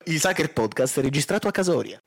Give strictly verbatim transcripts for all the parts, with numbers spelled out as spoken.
Il Sucker Podcast è registrato a Casoria.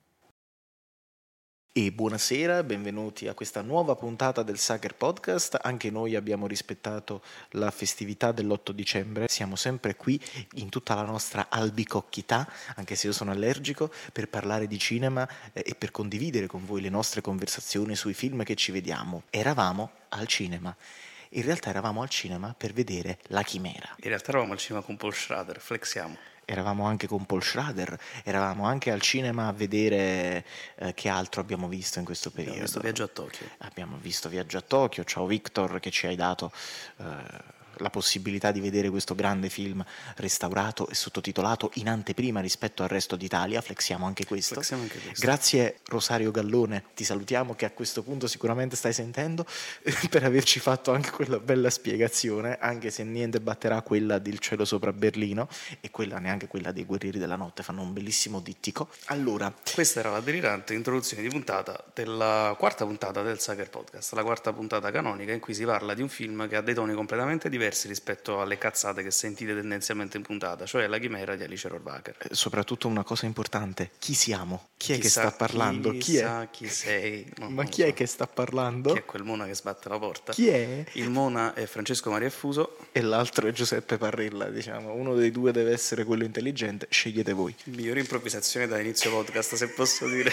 E buonasera, benvenuti a questa nuova puntata del Sucker Podcast. Anche noi abbiamo rispettato la festività dell'otto dicembre. Siamo sempre qui in tutta la nostra albicocchità, anche se io sono allergico, per parlare di cinema eh, e per condividere con voi le nostre conversazioni sui film che ci vediamo. Eravamo al cinema. In realtà eravamo al cinema per vedere La Chimera. In realtà eravamo al cinema con Paul Schrader, flexiamo. Eravamo anche con Paul Schrader, eravamo anche al cinema a vedere eh, che altro abbiamo visto in questo periodo. Abbiamo visto Viaggio a Tokyo. Abbiamo visto Viaggio a Tokyo, ciao Victor che ci hai dato eh, la possibilità di vedere questo grande film restaurato e sottotitolato in anteprima rispetto al resto d'Italia, flexiamo anche questo. Flexiamo anche questo. Grazie Rosario Gallone, ti salutiamo che a questo punto sicuramente stai sentendo, per averci fatto anche quella bella spiegazione, anche se niente batterà quella del Cielo sopra Berlino e quella neanche quella dei Guerrieri della Notte, fanno un bellissimo dittico. Allora, questa era la delirante introduzione di puntata della quarta puntata del Sucker Podcast, la quarta puntata canonica in cui si parla di un film che ha dei toni completamente diversi rispetto alle cazzate che sentite tendenzialmente in puntata, cioè La Chimera di Alice Rohrwacher. Eh, soprattutto una cosa importante, chi siamo? Chi è Chissà che sta parlando? Chi, chi è? sa chi sei? No, Ma chi so. è che sta parlando? Chi è quel Mona che sbatte la porta? Chi è? Il Mona è Francesco Maria Fuso e l'altro è Giuseppe Parrella, diciamo, uno dei due deve essere quello intelligente, scegliete voi. Migliore improvvisazione da inizio podcast, se posso dire.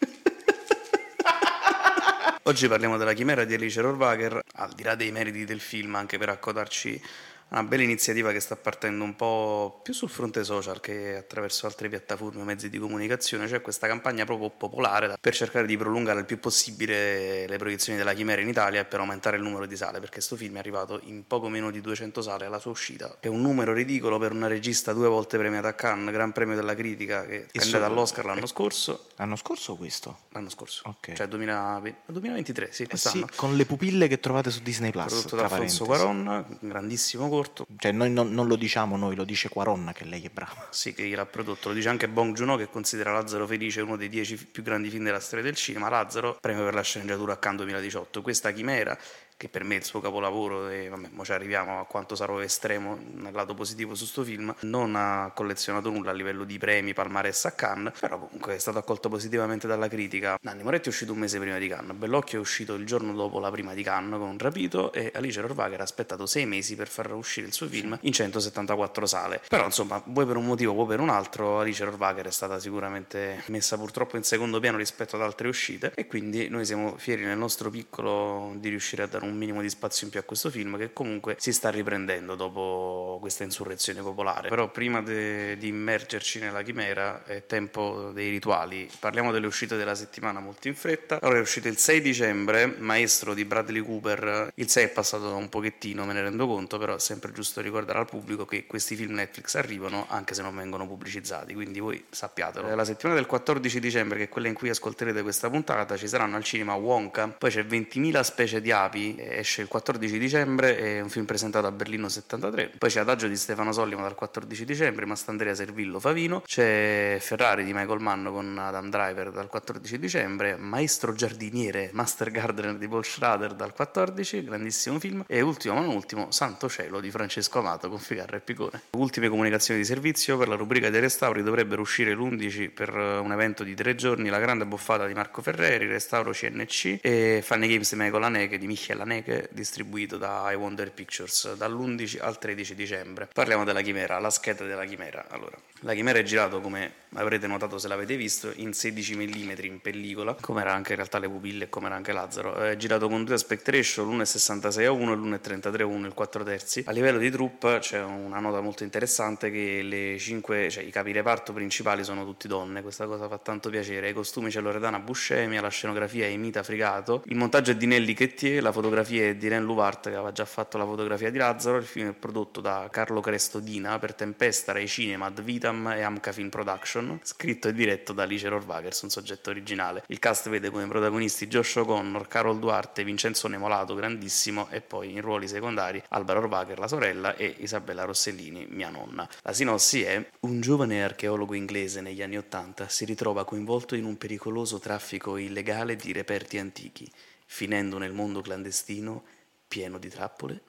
Oggi parliamo della Chimera di Alice Rohrwacher, al di là dei meriti del film, anche per accodarci a una bella iniziativa che sta partendo un po' più sul fronte social che attraverso altre piattaforme e mezzi di comunicazione, cioè questa campagna proprio popolare per cercare di prolungare il più possibile le proiezioni della Chimera in Italia e per aumentare il numero di sale, perché questo film è arrivato in poco meno di duecento sale alla sua uscita. È un numero ridicolo per una regista due volte premiata a Cannes, Gran Premio della Critica, che è andata all'Oscar l'anno scorso. L'anno scorso o questo? L'anno scorso, ok. Cioè duemilaventitré, sì, quest'anno. Eh sì, con Le pupille che trovate su Disney Plus. Prodotto da Alfonso Cuarón, grandissimo corto. Cioè noi non, non lo diciamo noi, lo dice Cuarón che lei è brava. Sì, che gliel'ha prodotto, lo dice anche Bong Joon-ho che considera Lazzaro Felice uno dei dieci più grandi film della storia del cinema. Lazzaro, premio per la sceneggiatura a Cannes duemiladiciotto. Questa Chimera, che per me è il suo capolavoro, e vabbè, mo ci arriviamo a quanto sarò estremo nel lato positivo su sto film, non ha collezionato nulla a livello di premi, palmarès a Cannes, però comunque è stato accolto positivamente dalla critica. Nanni Moretti è uscito un mese prima di Cannes, Bellocchio è uscito il giorno dopo la prima di Cannes con Rapito, e Alice Rohrwacher ha aspettato sei mesi per far uscire il suo film in centosettantaquattro sale. Però insomma, vuoi per un motivo, vuoi per un altro, Alice Rohrwacher è stata sicuramente messa purtroppo in secondo piano rispetto ad altre uscite, e quindi noi siamo fieri nel nostro piccolo di riuscire a dare un minimo di spazio in più a questo film, che comunque si sta riprendendo dopo questa insurrezione popolare. Però prima de, di immergerci nella Chimera è tempo dei rituali. Parliamo delle uscite della settimana molto in fretta. Allora, è uscito il sei dicembre Maestro di Bradley Cooper. Il sei è passato un pochettino, me ne rendo conto, però è sempre giusto ricordare al pubblico che questi film Netflix arrivano anche se non vengono pubblicizzati, quindi voi sappiatelo. La settimana del quattordici dicembre, che è quella in cui ascolterete questa puntata, ci saranno al cinema Wonka, poi c'è ventimila specie di api, esce il quattordici dicembre, è un film presentato a Berlino settantatré, poi c'è Adagio di Stefano Sollima dal quattordici dicembre, Mastandrea Servillo Favino, c'è Ferrari di Michael Mann con Adam Driver dal quattordici dicembre, Maestro giardiniere, Master Gardener di Paul Schrader dal quattordici, grandissimo film, e ultimo ma non ultimo Santo Cielo di Francesco Amato con Ficarra e Picone. Ultime comunicazioni di servizio: per la rubrica dei restauri dovrebbero uscire l'undici per un evento di tre giorni La grande boffata di Marco Ferreri, Restauro C N C e Funny Games di Michael Haneke, di Michele Haneke, distribuito da I Wonder Pictures, dall'undici al tredici dicembre. Parliamo della Chimera, la scheda della Chimera. Allora, la Chimera è girato, come avrete notato se l'avete visto, in sedici millimetri in pellicola, come era anche in realtà Le pupille e come era anche Lazzaro. È girato con due aspect ratio, l'uno è sessantasei a uno e l'uno è trentatré a uno, il quattro terzi. A livello di troupe c'è una nota molto interessante, che le cinque, cioè i capi reparto principali sono tutti donne. Questa cosa fa tanto piacere. I costumi c'è Loredana Buscemia, la scenografia è Emita Frigato, il montaggio è di Nelly Chettier, la fotografia è di Ren Luvart, che aveva già fatto la fotografia di Lazzaro. Il film è prodotto da Carlo Crestodina per Tempesta, Rai Cinema, Ad Vitam e Amca Film Production, scritto e diretto da Alice Rohrwacher, un soggetto originale. Il cast vede come protagonisti Josh O'Connor, Carol Duarte, Vincenzo Nemolato, grandissimo, e poi in ruoli secondari Alba Rohrwacher, la sorella, e Isabella Rossellini, mia nonna. La sinossi è: un giovane archeologo inglese negli anni ottanta si ritrova coinvolto in un pericoloso traffico illegale di reperti antichi, finendo nel mondo clandestino pieno di trappole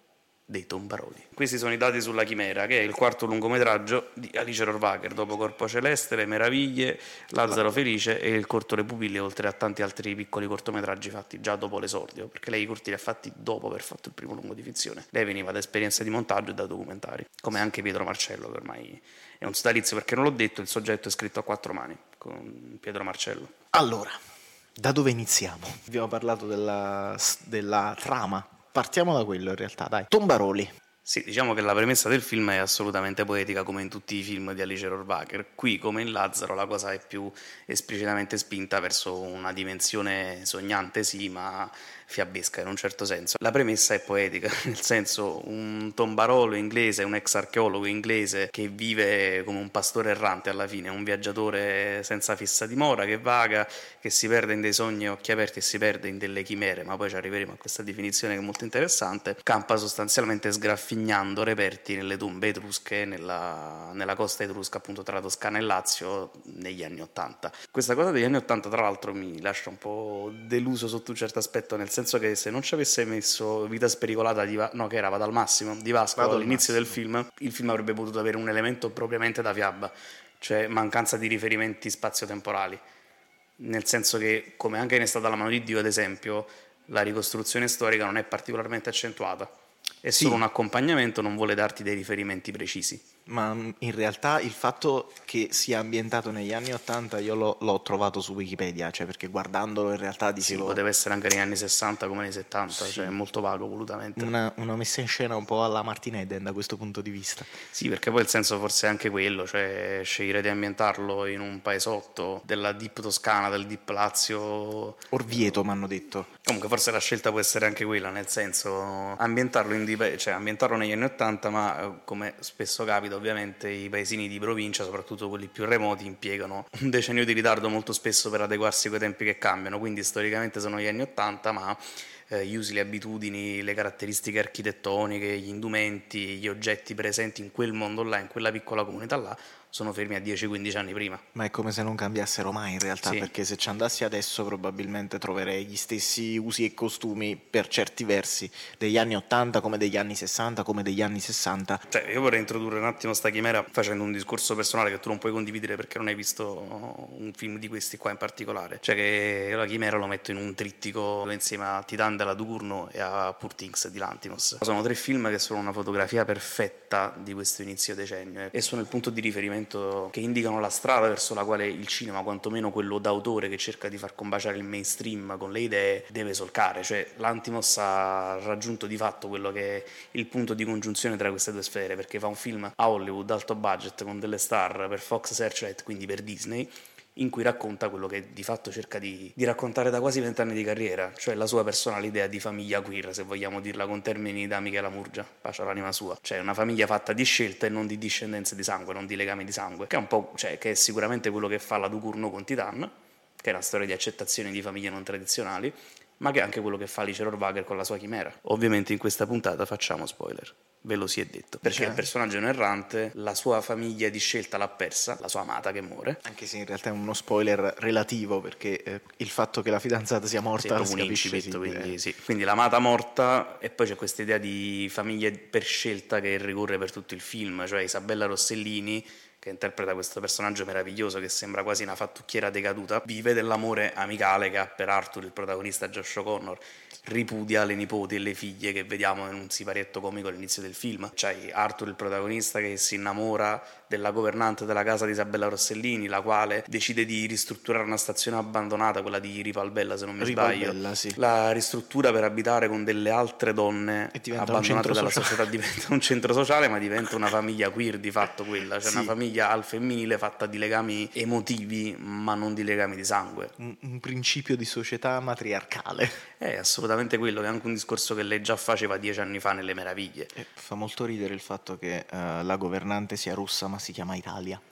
dei Tombaroli. Questi sono i dati sulla Chimera, che è il quarto lungometraggio di Alice Rohrwacher, dopo Corpo Celeste, Le Meraviglie, Lazzaro Felice e Il corto Le pupille, oltre a tanti altri piccoli cortometraggi fatti già dopo l'esordio, perché lei i corti li ha fatti dopo aver fatto il primo lungo di finzione. Lei veniva da esperienze di montaggio e da documentari, come anche Pietro Marcello, che ormai è un sodalizio, perché non l'ho detto, il soggetto è scritto a quattro mani, con Pietro Marcello. Allora, da dove iniziamo? Abbiamo parlato della, della trama. Partiamo da quello in realtà, dai. Tombaroli. Sì, diciamo che la premessa del film è assolutamente poetica, come in tutti i film di Alice Rohrwacher. Qui, come in Lazzaro, la cosa è più esplicitamente spinta verso una dimensione sognante, sì, ma fiabesca in un certo senso. La premessa è poetica, nel senso, un tombarolo inglese, un ex archeologo inglese che vive come un pastore errante alla fine, un viaggiatore senza fissa dimora, che vaga, che si perde in dei sogni a occhi aperti e si perde in delle chimere, ma poi ci arriveremo a questa definizione che è molto interessante. Campa sostanzialmente sgraffignando reperti nelle tombe etrusche, nella, nella costa etrusca, appunto tra Toscana e Lazio, negli anni Ottanta. Questa cosa degli anni Ottanta, tra l'altro, mi lascia un po' deluso sotto un certo aspetto, nel senso che se non ci avesse messo Vita spericolata di Va- no che era Vado al massimo di Vasco Vado al all'inizio del massimo. film, il film avrebbe potuto avere un elemento propriamente da fiaba, cioè mancanza di riferimenti spazio-temporali, nel senso che, come anche in È stata la mano di Dio ad esempio, la ricostruzione storica non è particolarmente accentuata, è Sì. solo un accompagnamento, non vuole darti dei riferimenti precisi. Ma in realtà il fatto che sia ambientato negli anni Ottanta io l'ho, l'ho trovato su Wikipedia, cioè perché guardandolo in realtà Sì, dicevo poteva essere anche negli anni sessanta come nei settanta, Sì. cioè è molto vago volutamente. una, una messa in scena un po' alla Martin Eden da questo punto di vista. Sì, perché poi il senso forse è anche quello, cioè scegliere di ambientarlo in un paesotto della Deep Toscana, del Deep Lazio. Orvieto mi hanno detto. Comunque forse la scelta può essere anche quella, nel senso ambientarlo, in dip- cioè, ambientarlo negli anni Ottanta, ma eh, come spesso capita ovviamente i paesini di provincia, soprattutto quelli più remoti, impiegano un decennio di ritardo molto spesso per adeguarsi a quei tempi che cambiano, quindi storicamente sono gli anni Ottanta, ma eh, gli usi, le abitudini, le caratteristiche architettoniche, gli indumenti, gli oggetti presenti in quel mondo là, in quella piccola comunità là, sono fermi a dieci quindici anni prima. Ma è come se non cambiassero mai in realtà, Sì. perché se ci andassi adesso probabilmente troverei gli stessi usi e costumi per certi versi degli anni ottanta come degli anni sessanta, come degli anni sessanta. Cioè, io vorrei introdurre un attimo sta chimera facendo un discorso personale che tu non puoi condividere perché non hai visto un film di questi qua in particolare. Cioè che la chimera lo metto in un trittico insieme a Titan della Ducurno e a Poor Things di Lantimos. Sono tre film che sono una fotografia perfetta di questo inizio decennio e sono il punto di riferimento che indicano la strada verso la quale il cinema, quantomeno quello d'autore che cerca di far combaciare il mainstream con le idee, deve solcare. Cioè Lantimos ha raggiunto di fatto quello che è il punto di congiunzione tra queste due sfere, perché fa un film a Hollywood alto budget con delle star per Fox Searchlight, quindi per Disney, in cui racconta quello che di fatto cerca di, di raccontare da quasi vent'anni di carriera, cioè la sua personale idea di famiglia queer, se vogliamo dirla con termini da Michela Murgia, pace all'anima sua, cioè una famiglia fatta di scelte e non di discendenze di sangue, non di legami di sangue, che è un po', cioè che è sicuramente quello che fa la Ducurno con Titan, che è una storia di accettazione di famiglie non tradizionali, ma che è anche quello che fa Alice Rohrwacher con la sua chimera. Ovviamente in questa puntata facciamo spoiler, ve lo si è detto, perché il personaggio è un errante, la sua famiglia di scelta l'ha persa, la sua amata che muore. Anche se in realtà è uno spoiler relativo, perché eh, il fatto che la fidanzata sia morta Sì, si un capisce incipit, sì, quindi, eh. sì. Quindi l'amata morta, e poi c'è questa idea di famiglia per scelta che ricorre per tutto il film, cioè Isabella Rossellini, che interpreta questo personaggio meraviglioso che sembra quasi una fattucchiera decaduta, vive dell'amore amicale che ha per Arthur, il protagonista Josh O'Connor, ripudia le nipoti e le figlie che vediamo in un siparietto comico all'inizio del film. C'hai Arthur, il protagonista, che si innamora della governante della casa di Isabella Rossellini, la quale decide di ristrutturare una stazione abbandonata, quella di Ripalbella se non mi Ripalbella, sbaglio, sì. la ristruttura per abitare con delle altre donne E diventa un abbandonate centro dalla sociale. società, diventa un centro sociale, ma diventa una famiglia queer di fatto quella, cioè Sì. una famiglia al femminile fatta di legami emotivi ma non di legami di sangue. Un, un principio di società matriarcale. È assolutamente quello, che è anche un discorso che lei già faceva dieci anni fa nelle Meraviglie. E fa molto ridere il fatto che eh, la governante sia russa ma si chiama Italia.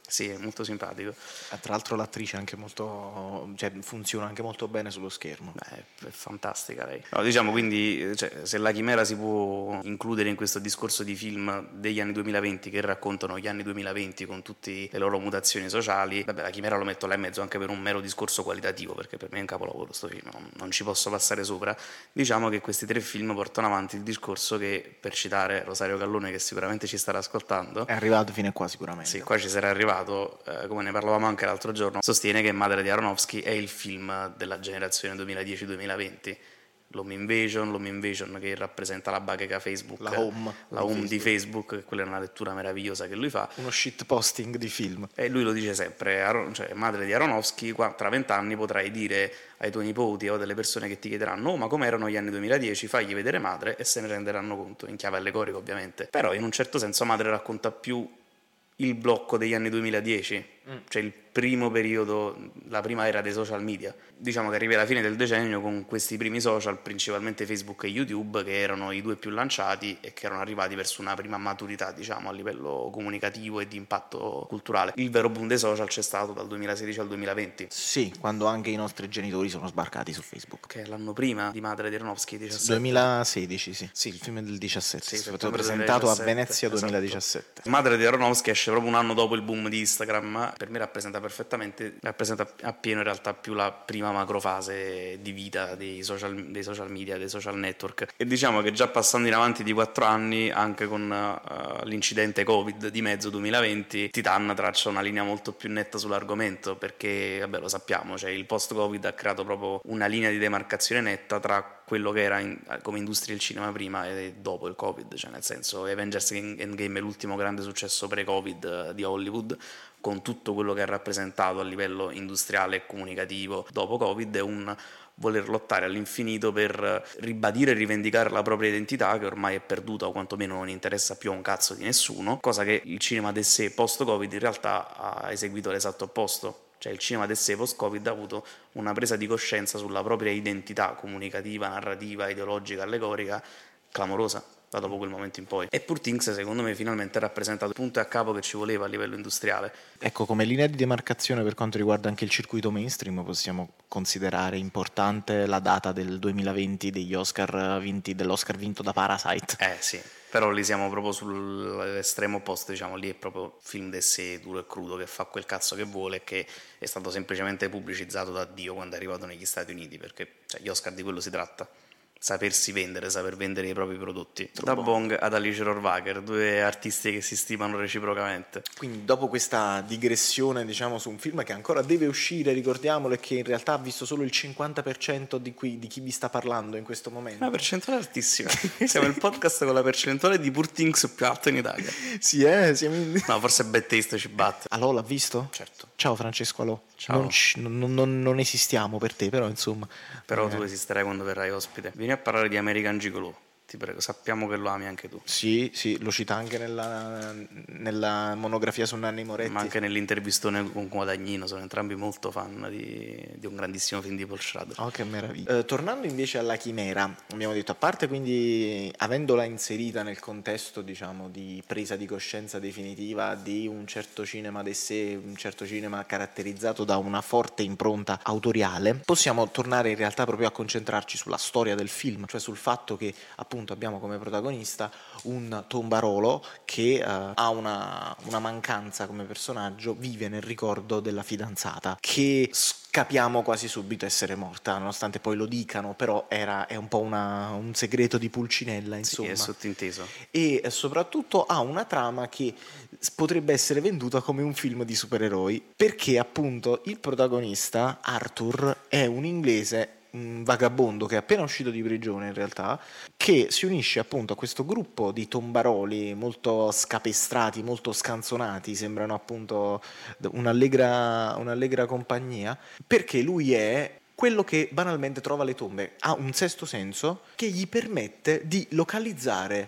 Sì, è molto simpatico. Tra l'altro l'attrice è anche molto, cioè funziona anche molto bene sullo schermo. Beh, è fantastica lei. No, diciamo quindi, cioè, se La Chimera si può includere in questo discorso di film degli anni duemilaventi che raccontano gli anni duemilaventi con tutte le loro mutazioni sociali, vabbè, La Chimera lo metto là in mezzo anche per un mero discorso qualitativo, perché per me è un capolavoro sto film, non, non ci posso passare sopra. Diciamo che questi tre film portano avanti il discorso che, per citare Rosario Gallone, che sicuramente ci starà ascoltando, è arrivato fino a qua sicuramente. Sì, qua ci sarà arrivato. Eh, come ne parlavamo anche l'altro giorno, sostiene che Madre di Aronofsky è il film della generazione duemiladieci duemilaventi. L'Home Invasion, l'Home Invasion che rappresenta la bacheca Facebook, la home, la home di Facebook, che quella è una lettura meravigliosa che lui fa. Uno shitposting di film. E lui lo dice sempre, Aron- cioè Madre di Aronofsky, qua tra vent'anni potrai dire ai tuoi nipoti o delle persone che ti chiederanno oh, ma come erano gli anni duemiladieci, fagli vedere Madre e se ne renderanno conto, in chiave allegorica ovviamente. Però in un certo senso Madre racconta più il blocco degli anni duemiladieci, mm. cioè il primo periodo, la prima era dei social media. Diciamo che arrivi alla fine del decennio con questi primi social, principalmente Facebook e YouTube, che erano i due più lanciati e che erano arrivati verso una prima maturità, diciamo, a livello comunicativo e di impatto culturale. Il vero boom dei social c'è stato dal duemilasedici al duemilaventi. Sì, quando anche i nostri genitori sono sbarcati su Facebook. Che è l'anno prima di Madre di Aronofsky, diciassette. duemilasedici, sì. Sì, il film è del diciassette. Sì, è stato presentato duemiladiciassette. A Venezia duemiladiciassette. Esatto. Madre di Aronofsky esce proprio un anno dopo il boom di Instagram. Per me rappresenta perfettamente, rappresenta appieno in realtà più la prima macrofase di vita dei social, dei social media, dei social network. E diciamo che già passando in avanti di quattro anni, anche con uh, l'incidente Covid di mezzo duemilaventi, Titan traccia una linea molto più netta sull'argomento, perché vabbè lo sappiamo, cioè il post-Covid ha creato proprio una linea di demarcazione netta tra quello che era in, come industria del cinema prima e dopo il Covid, cioè nel senso Avengers Endgame è l'ultimo grande successo pre-Covid di Hollywood, con tutto quello che ha rappresentato a livello industriale e comunicativo dopo Covid, è un voler lottare all'infinito per ribadire e rivendicare la propria identità, che ormai è perduta o quantomeno non interessa più a un cazzo di nessuno, cosa che il cinema de sé post-Covid in realtà ha eseguito l'esatto opposto. Cioè il cinema de sé post-Covid ha avuto una presa di coscienza sulla propria identità comunicativa, narrativa, ideologica, allegorica, clamorosa da dopo quel momento in poi. E Poor Things secondo me finalmente ha rappresentato il punto e a capo che ci voleva a livello industriale. Ecco, come linea di demarcazione per quanto riguarda anche il circuito mainstream possiamo considerare importante la data del duemilaventi degli Oscar vinti, dell'Oscar vinto da Parasite. Eh sì, però lì siamo proprio sull'estremo opposto, diciamo, lì è proprio film de sé, duro e crudo, che fa quel cazzo che vuole e che è stato semplicemente pubblicizzato da Dio quando è arrivato negli Stati Uniti, perché cioè, gli Oscar di quello si tratta. Sapersi vendere, saper vendere i propri prodotti. Da Bong ad Alice Rohrwacher, due artisti che si stimano reciprocamente. Quindi dopo questa digressione, diciamo, su un film che ancora deve uscire, ricordiamolo, e che in realtà ha visto solo il cinquanta per cento di, qui, di chi vi sta parlando in questo momento. Una percentuale altissima. Siamo il podcast con la percentuale di Poor Things più alta in Italia. Sì, eh, siamo in... No, forse Bad Taste ci batte. Alò l'ha visto? Certo. Ciao Francesco Alò. Ciao. Non, ci, non, non, non esistiamo per te, però insomma. Però eh. tu esisterai quando verrai ospite. Vieni a parlare di American Gigolo. Ti prego, sappiamo che lo ami anche tu. Sì, sì, lo cita anche nella, nella monografia su Nanni Moretti. Ma anche nell'intervistone con Guadagnino, sono entrambi molto fan di, di un grandissimo film di Paul Schrader. Oh, che meraviglia. Eh, tornando invece alla Chimera, abbiamo detto, a parte quindi avendola inserita nel contesto, diciamo, di presa di coscienza definitiva di un certo cinema de sé, un certo cinema caratterizzato da una forte impronta autoriale, possiamo tornare in realtà proprio a concentrarci sulla storia del film, cioè sul fatto che appunto abbiamo come protagonista un tombarolo che uh, ha una, una mancanza come personaggio, vive nel ricordo della fidanzata che capiamo quasi subito essere morta, nonostante poi lo dicano, però era, è un po' una, un segreto di Pulcinella, insomma. Sì, è sottinteso. E soprattutto ha una trama che potrebbe essere venduta come un film di supereroi, perché appunto il protagonista, Arthur, è un inglese, un vagabondo che è appena uscito di prigione in realtà, che si unisce appunto a questo gruppo di tombaroli molto scapestrati, molto scanzonati, sembrano appunto un'allegra, un'allegra compagnia, perché lui è quello che banalmente trova le tombe, ha un sesto senso che gli permette di localizzare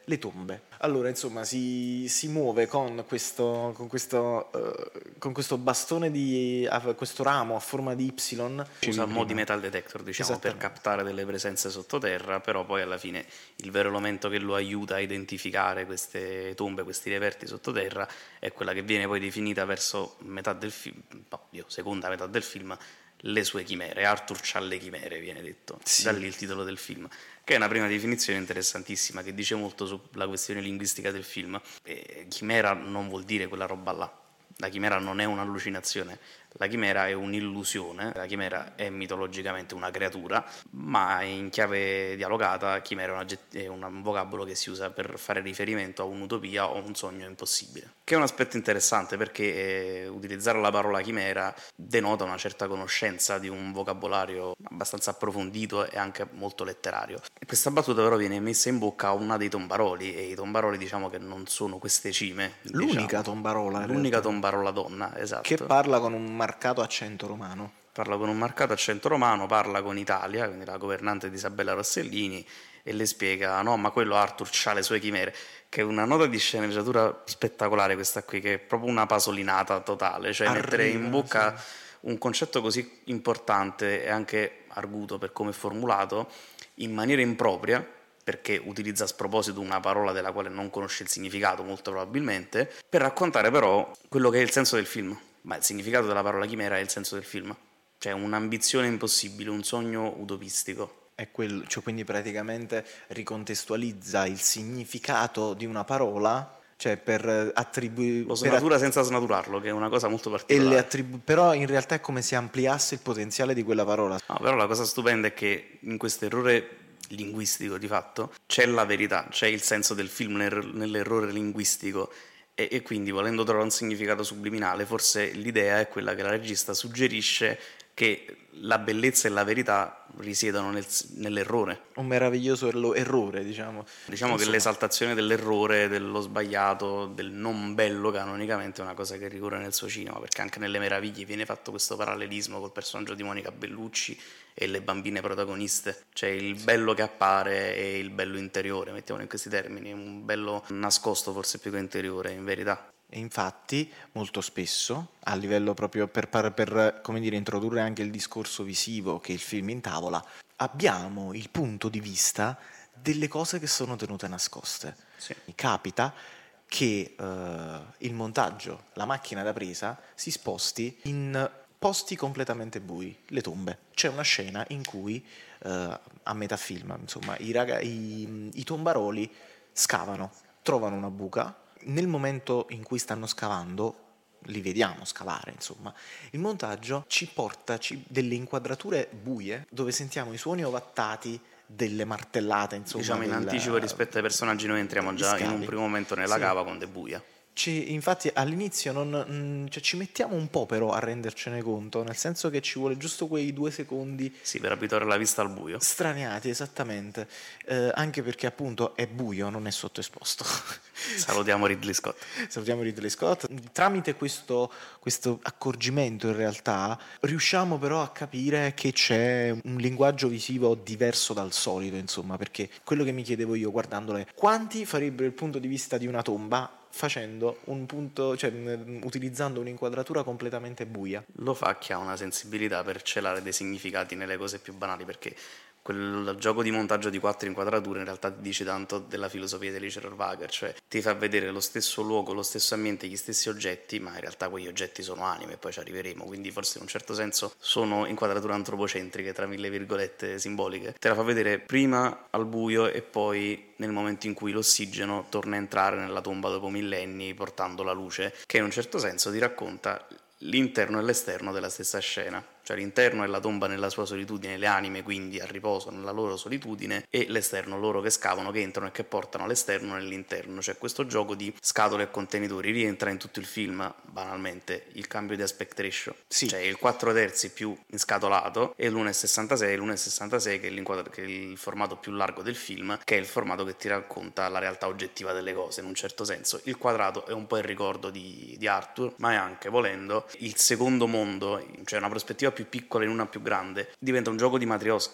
le tombe. Allora, insomma, si, si muove con questo, con questo, uh, con questo bastone di uh, questo ramo a forma di Y. Usa un mo' di metal detector, diciamo, per captare delle presenze sottoterra, però poi alla fine il vero elemento che lo aiuta a identificare queste tombe, questi reperti sottoterra, è quella che viene poi definita verso metà del film, no, io, seconda metà del film, le sue chimere. Arthur c'ha le chimere, viene detto, sì. Da lì il titolo del film, che è una prima definizione interessantissima che dice molto sulla questione linguistica del film. E chimera non vuol dire quella roba là, la chimera non è un'allucinazione, la chimera è un'illusione, la chimera è mitologicamente una creatura, ma in chiave dialogata chimera è un, agget- è un vocabolo che si usa per fare riferimento a un'utopia o un sogno impossibile, che è un aspetto interessante perché eh, utilizzare la parola chimera denota una certa conoscenza di un vocabolario abbastanza approfondito e anche molto letterario. E questa battuta però viene messa in bocca a una dei tombaroli, e i tombaroli diciamo che non sono queste cime. L'unica diciamo. tombarola. L'unica tombarola donna, esatto. Che parla con un marcato accento romano. Parla con un marcato accento romano, parla con Italia, quindi la governante di Isabella Rossellini, e le spiega, no, ma quello Arthur c'ha le sue chimere, che è una nota di sceneggiatura spettacolare questa qui, che è proprio una pasolinata totale, cioè Arriva, mettere in bocca sì. un concetto così importante e anche arguto per come è formulato, in maniera impropria, perché utilizza a sproposito una parola della quale non conosce il significato, molto probabilmente, per raccontare però quello che è il senso del film. Ma il significato della parola chimera è il senso del film, cioè un'ambizione impossibile, un sogno utopistico. È quello, cioè quindi praticamente ricontestualizza il significato di una parola, cioè per attribuire... Lo snatura att- senza snaturarlo, che è una cosa molto particolare. E le attribu- però in realtà è come se ampliasse il potenziale di quella parola. No, però la cosa stupenda è che in questo errore linguistico di fatto c'è la verità, c'è il senso del film nell'errore linguistico. E, e quindi volendo trovare un significato subliminale, forse l'idea è quella che la regista suggerisce che la bellezza e la verità risiedono nel, nell'errore. Un meraviglioso errore, diciamo. Diciamo Insomma. Che l'esaltazione dell'errore, dello sbagliato, del non bello canonicamente è una cosa che ricorre nel suo cinema, perché anche nelle Meraviglie viene fatto questo parallelismo col personaggio di Monica Bellucci e le bambine protagoniste, cioè il bello che appare e il bello interiore, mettiamolo in questi termini, un bello nascosto forse più che interiore in verità. E infatti molto spesso a livello proprio per, per, per come dire, introdurre anche il discorso visivo che il film intavola, abbiamo il punto di vista delle cose che sono tenute nascoste. Sì. Capita che uh, il montaggio, la macchina da presa si sposti in posti completamente bui, le tombe. C'è una scena in cui uh, a metà film, insomma, i, raga- i, i tombaroli scavano, trovano una buca. Nel momento in cui stanno scavando, li vediamo scavare, insomma, il montaggio ci porta ci, delle inquadrature buie dove sentiamo i suoni ovattati delle martellate, insomma. Diciamo in del, anticipo rispetto ai personaggi noi entriamo già scavi. In un primo momento nella sì. cava quando è buia. Ci, infatti all'inizio non, cioè, ci mettiamo un po' però a rendercene conto, nel senso che ci vuole giusto quei due secondi sì, per abituare la vista al buio, straniati, esattamente, eh, anche perché appunto è buio, non è sottoesposto. Salutiamo Ridley Scott. Salutiamo Ridley Scott. Tramite questo, questo accorgimento in realtà riusciamo però a capire che c'è un linguaggio visivo diverso dal solito, insomma, perché quello che mi chiedevo io guardandolo è quanti farebbero il punto di vista di una tomba facendo un punto, cioè utilizzando un'inquadratura completamente buia. Lo fa chi ha una sensibilità per celare dei significati nelle cose più banali, perché quel gioco di montaggio di quattro inquadrature in realtà ti dice tanto della filosofia di Alice Rohrwacher, cioè ti fa vedere lo stesso luogo, lo stesso ambiente, gli stessi oggetti, ma in realtà quegli oggetti sono anime, e poi ci arriveremo, quindi forse in un certo senso sono inquadrature antropocentriche, tra mille virgolette simboliche. Te la fa vedere prima al buio e poi nel momento in cui l'ossigeno torna a entrare nella tomba dopo millenni portando la luce, che in un certo senso ti racconta l'interno e l'esterno della stessa scena, cioè l'interno è la tomba nella sua solitudine, le anime quindi a riposo nella loro solitudine, e l'esterno loro che scavano, che entrano e che portano l'esterno nell'interno. Cioè questo gioco di scatole e contenitori rientra in tutto il film, banalmente, il cambio di aspect ratio, sì. Cioè il quattro terzi più inscatolato e l'uno virgola sessantasei, l'uno virgola sessantasei che è, che è il formato più largo del film, che è il formato che ti racconta la realtà oggettiva delle cose in un certo senso. Il quadrato è un po' il ricordo di, di Arthur, ma è anche, volendo, il secondo mondo, cioè una prospettiva più piccola in una più grande. Diventa un gioco di matriosche,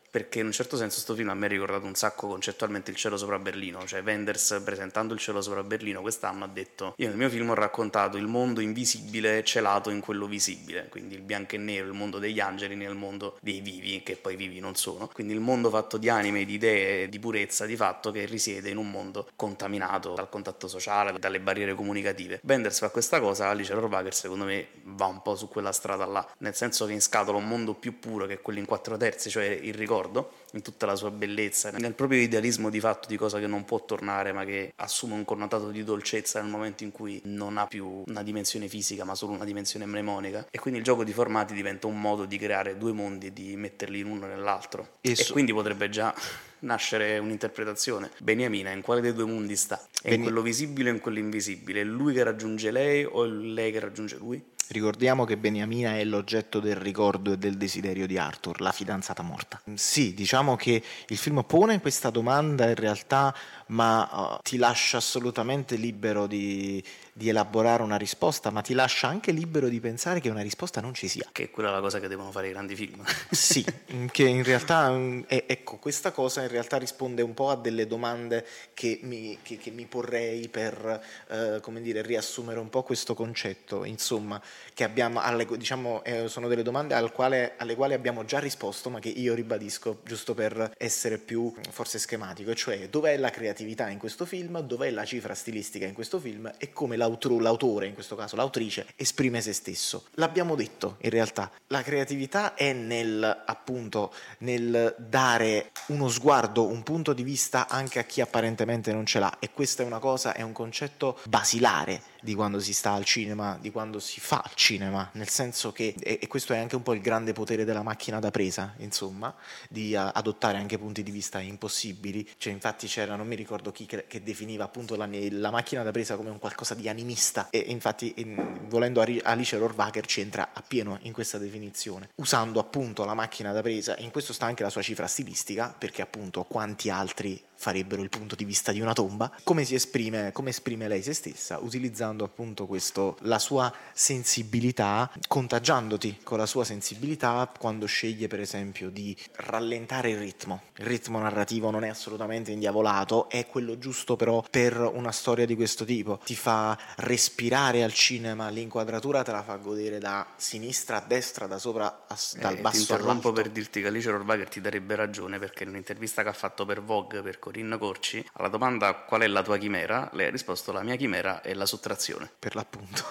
perché in un certo senso sto film a me ha ricordato un sacco concettualmente Il cielo sopra Berlino, cioè Wenders presentando Il cielo sopra Berlino quest'anno ha detto: io nel mio film ho raccontato il mondo invisibile celato in quello visibile, quindi il bianco e nero, il mondo degli angeli nel mondo dei vivi, che poi vivi non sono, quindi il mondo fatto di anime, di idee, di purezza, di fatto, che risiede in un mondo contaminato dal contatto sociale, dalle barriere comunicative. Wenders fa questa cosa, Alice Rohrwacher secondo me va un po' su quella strada là, nel senso che inscatola un mondo più puro che è quello in quattro terzi, cioè il ricordo in tutta la sua bellezza, nel proprio idealismo di fatto di cosa che non può tornare ma che assume un connotato di dolcezza nel momento in cui non ha più una dimensione fisica ma solo una dimensione mnemonica, e quindi il gioco di formati diventa un modo di creare due mondi e di metterli in uno nell'altro, e, e quindi potrebbe già nascere un'interpretazione. Beniamina in quale dei due mondi sta? È Beni... in quello visibile o in quello invisibile? È lui che raggiunge lei o è lei che raggiunge lui? Ricordiamo che Beniamina è l'oggetto del ricordo e del desiderio di Arthur, la fidanzata morta. Sì, diciamo che il film pone questa domanda in realtà, ma uh, ti lascia assolutamente libero di, di elaborare una risposta, ma ti lascia anche libero di pensare che una risposta non ci sia. Che è quella la cosa che devono fare i grandi film. Sì, che in realtà, è, ecco, questa cosa in realtà risponde un po' a delle domande che mi, che, che mi porrei per, eh, come dire, riassumere un po' questo concetto, insomma, che abbiamo, alle, diciamo, eh, sono delle domande al quale, alle quali abbiamo già risposto, ma che io ribadisco giusto per essere più forse schematico, cioè dov'è la creatività in questo film, dov'è la cifra stilistica in questo film e come l'autore, l'autore in questo caso l'autrice, esprime se stesso. L'abbiamo detto in realtà, la creatività è nel, appunto, nel dare uno sguardo, un punto di vista anche a chi apparentemente non ce l'ha, e questa è una cosa, è un concetto basilare di quando si sta al cinema, di quando si fa al cinema, nel senso che, e, e questo è anche un po' il grande potere della macchina da presa, insomma, di uh, adottare anche punti di vista impossibili. Cioè, infatti c'era, non mi ricordo chi, che, che definiva appunto la, la macchina da presa come un qualcosa di animista, e infatti in, volendo Alice Rohrwacher ci entra appieno in questa definizione, usando appunto la macchina da presa, e in questo sta anche la sua cifra stilistica, perché appunto quanti altri farebbero il punto di vista di una tomba, come si esprime, come esprime lei se stessa, utilizzando appunto questo, la sua sensibilità, contagiandoti con la sua sensibilità quando sceglie per esempio di rallentare il ritmo. Il ritmo narrativo non è assolutamente indiavolato, è quello giusto però per una storia di questo tipo, ti fa respirare al cinema, l'inquadratura te la fa godere da sinistra a destra, da sopra a, dal eh, basso ti interrompo all'alto. Per dirti che Alice Rohrwacher ti darebbe ragione, perché in un'intervista che ha fatto per Vogue, per Corinne Corci, alla domanda qual è la tua chimera, lei ha risposto: la mia chimera è la sottrazione. Per l'appunto.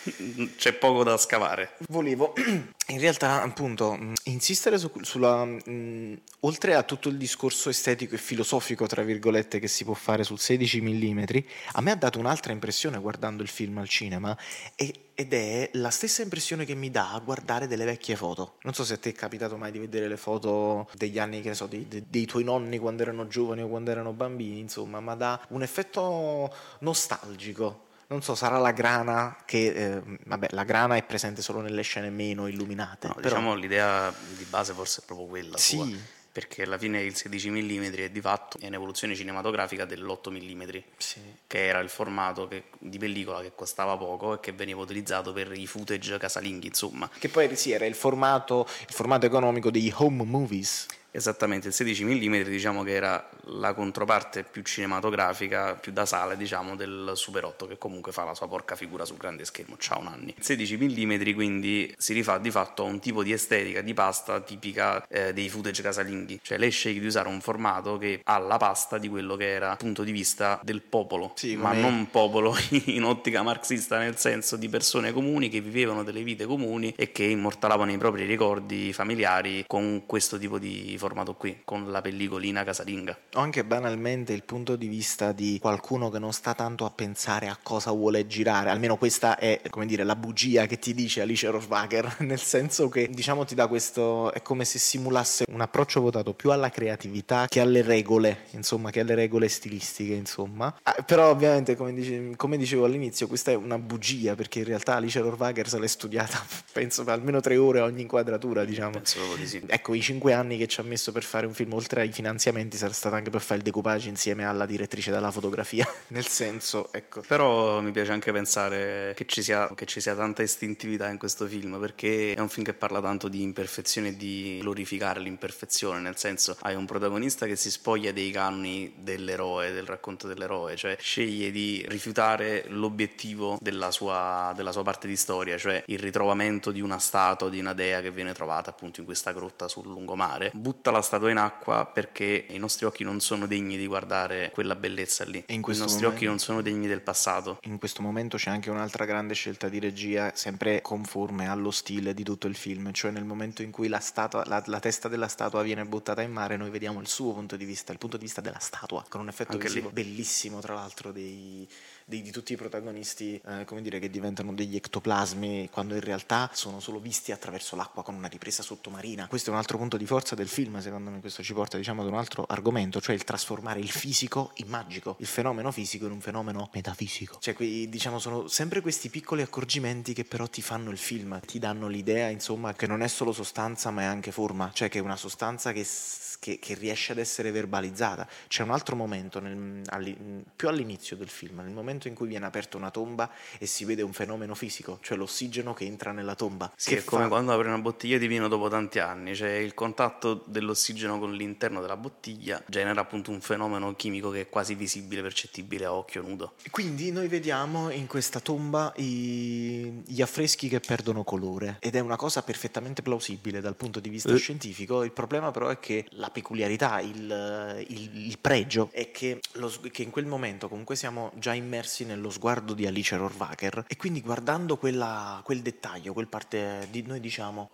C'è poco da scavare. Volevo in realtà appunto insistere su, sulla mh, oltre a tutto il discorso estetico e filosofico tra virgolette che si può fare sul sedici millimetri, a me ha dato un'altra impressione guardando il film al cinema, e, ed è la stessa impressione che mi dà a guardare delle vecchie foto. Non so se a te è capitato mai di vedere le foto degli anni, che ne so, dei, dei, dei tuoi nonni quando erano giovani o quando erano bambini, insomma, ma dà un effetto nostalgico. Non so, sarà la grana che, eh, vabbè, la grana è presente solo nelle scene meno illuminate. No, però... diciamo l'idea di base forse è proprio quella sì. sua, perché alla fine il sedici millimetri è di fatto è un'evoluzione cinematografica dell'otto millimetri, sì. che era il formato che, di pellicola che costava poco e che veniva utilizzato per i footage casalinghi, insomma. Che poi sì, era il formato, il formato economico degli home movies. Esattamente, il sedici millimetri diciamo che era la controparte più cinematografica, più da sala, diciamo, del Super otto, che comunque fa la sua porca figura sul grande schermo, ciao Nanni. Il sedici millimetri quindi si rifà di fatto a un tipo di estetica di pasta tipica eh, dei footage casalinghi, cioè lei sceglie di usare un formato che ha la pasta di quello che era punto di vista del popolo, sì, ma come... non popolo in ottica marxista, nel senso di persone comuni che vivevano delle vite comuni e che immortalavano i propri ricordi familiari con questo tipo di formato qui, con la pellicolina casalinga. O anche banalmente il punto di vista di qualcuno che non sta tanto a pensare a cosa vuole girare, almeno questa è, come dire, la bugia che ti dice Alice Rohrwacher, nel senso che, diciamo, ti dà questo, è come se simulasse un approccio votato più alla creatività che alle regole, insomma, che alle regole stilistiche, insomma. Ah, però ovviamente, come, dice, come dicevo all'inizio, questa è una bugia, perché in realtà Alice Rohrwacher se l'è studiata, penso, per almeno tre ore ogni inquadratura, diciamo. Penso proprio di sì. Ecco, i cinque anni che ci ha messo per fare un film, oltre ai finanziamenti sarà stato anche per fare il decoupage insieme alla direttrice della fotografia. Nel senso, ecco. Però mi piace anche pensare che ci sia, che ci sia tanta istintività in questo film, perché è un film che parla tanto di imperfezione e di glorificare l'imperfezione, nel senso, hai un protagonista che si spoglia dei canoni dell'eroe, del racconto dell'eroe, cioè sceglie di rifiutare l'obiettivo della sua, della sua parte di storia, cioè il ritrovamento di una statua, di una dea che viene trovata appunto in questa grotta sul lungomare, butta la statua in acqua perché i nostri occhi non sono degni di guardare quella bellezza lì, E in i questo nostri momento- occhi non sono degni del passato. In questo momento c'è anche un'altra grande scelta di regia, sempre conforme allo stile di tutto il film, cioè nel momento in cui la, statua, la, la testa della statua viene buttata in mare, noi vediamo il suo punto di vista, il punto di vista della statua, con un effetto Anche visivo lì. bellissimo, tra l'altro, dei, dei- di tutti i protagonisti, eh, come dire, che diventano degli ectoplasmi, quando in realtà sono solo visti attraverso l'acqua con una ripresa sottomarina. Questo è un altro punto di forza del film, secondo me. Questo ci porta, diciamo, ad un altro argomento, cioè il trasformare il fisico in magico, il fenomeno fisico in un fenomeno metafisico. Cioè, quei, diciamo, sono sempre questi piccoli accorgimenti che però ti fanno il film, ti danno l'idea, insomma, che non è solo sostanza ma è anche forma, cioè che è una sostanza che, s- che- che riesce ad essere verbalizzata. C'è un altro momento, nel- alli- più all'inizio del film, nel momento in cui viene aperta una tomba e si vede un fenomeno fisico, cioè l'ossigeno che entra nella tomba. Sì, che è come fa- quando apri una bottiglia di vino dopo tanti anni, cioè il contatto dell'ossigeno con l'interno della bottiglia genera appunto un fenomeno chimico che è quasi visibile, percettibile a occhio nudo. Quindi noi vediamo in questa tomba i- gli affreschi che perdono colore, ed è una cosa perfettamente plausibile dal punto di vista Eh. scientifico. Il problema però è che la peculiarità, il, il- il pregio è che, lo s- che in quel momento comunque siamo già immersi nello sguardo di Alice Rohrwacher, e quindi guardando quella- quel dettaglio, quel parte di noi diciamo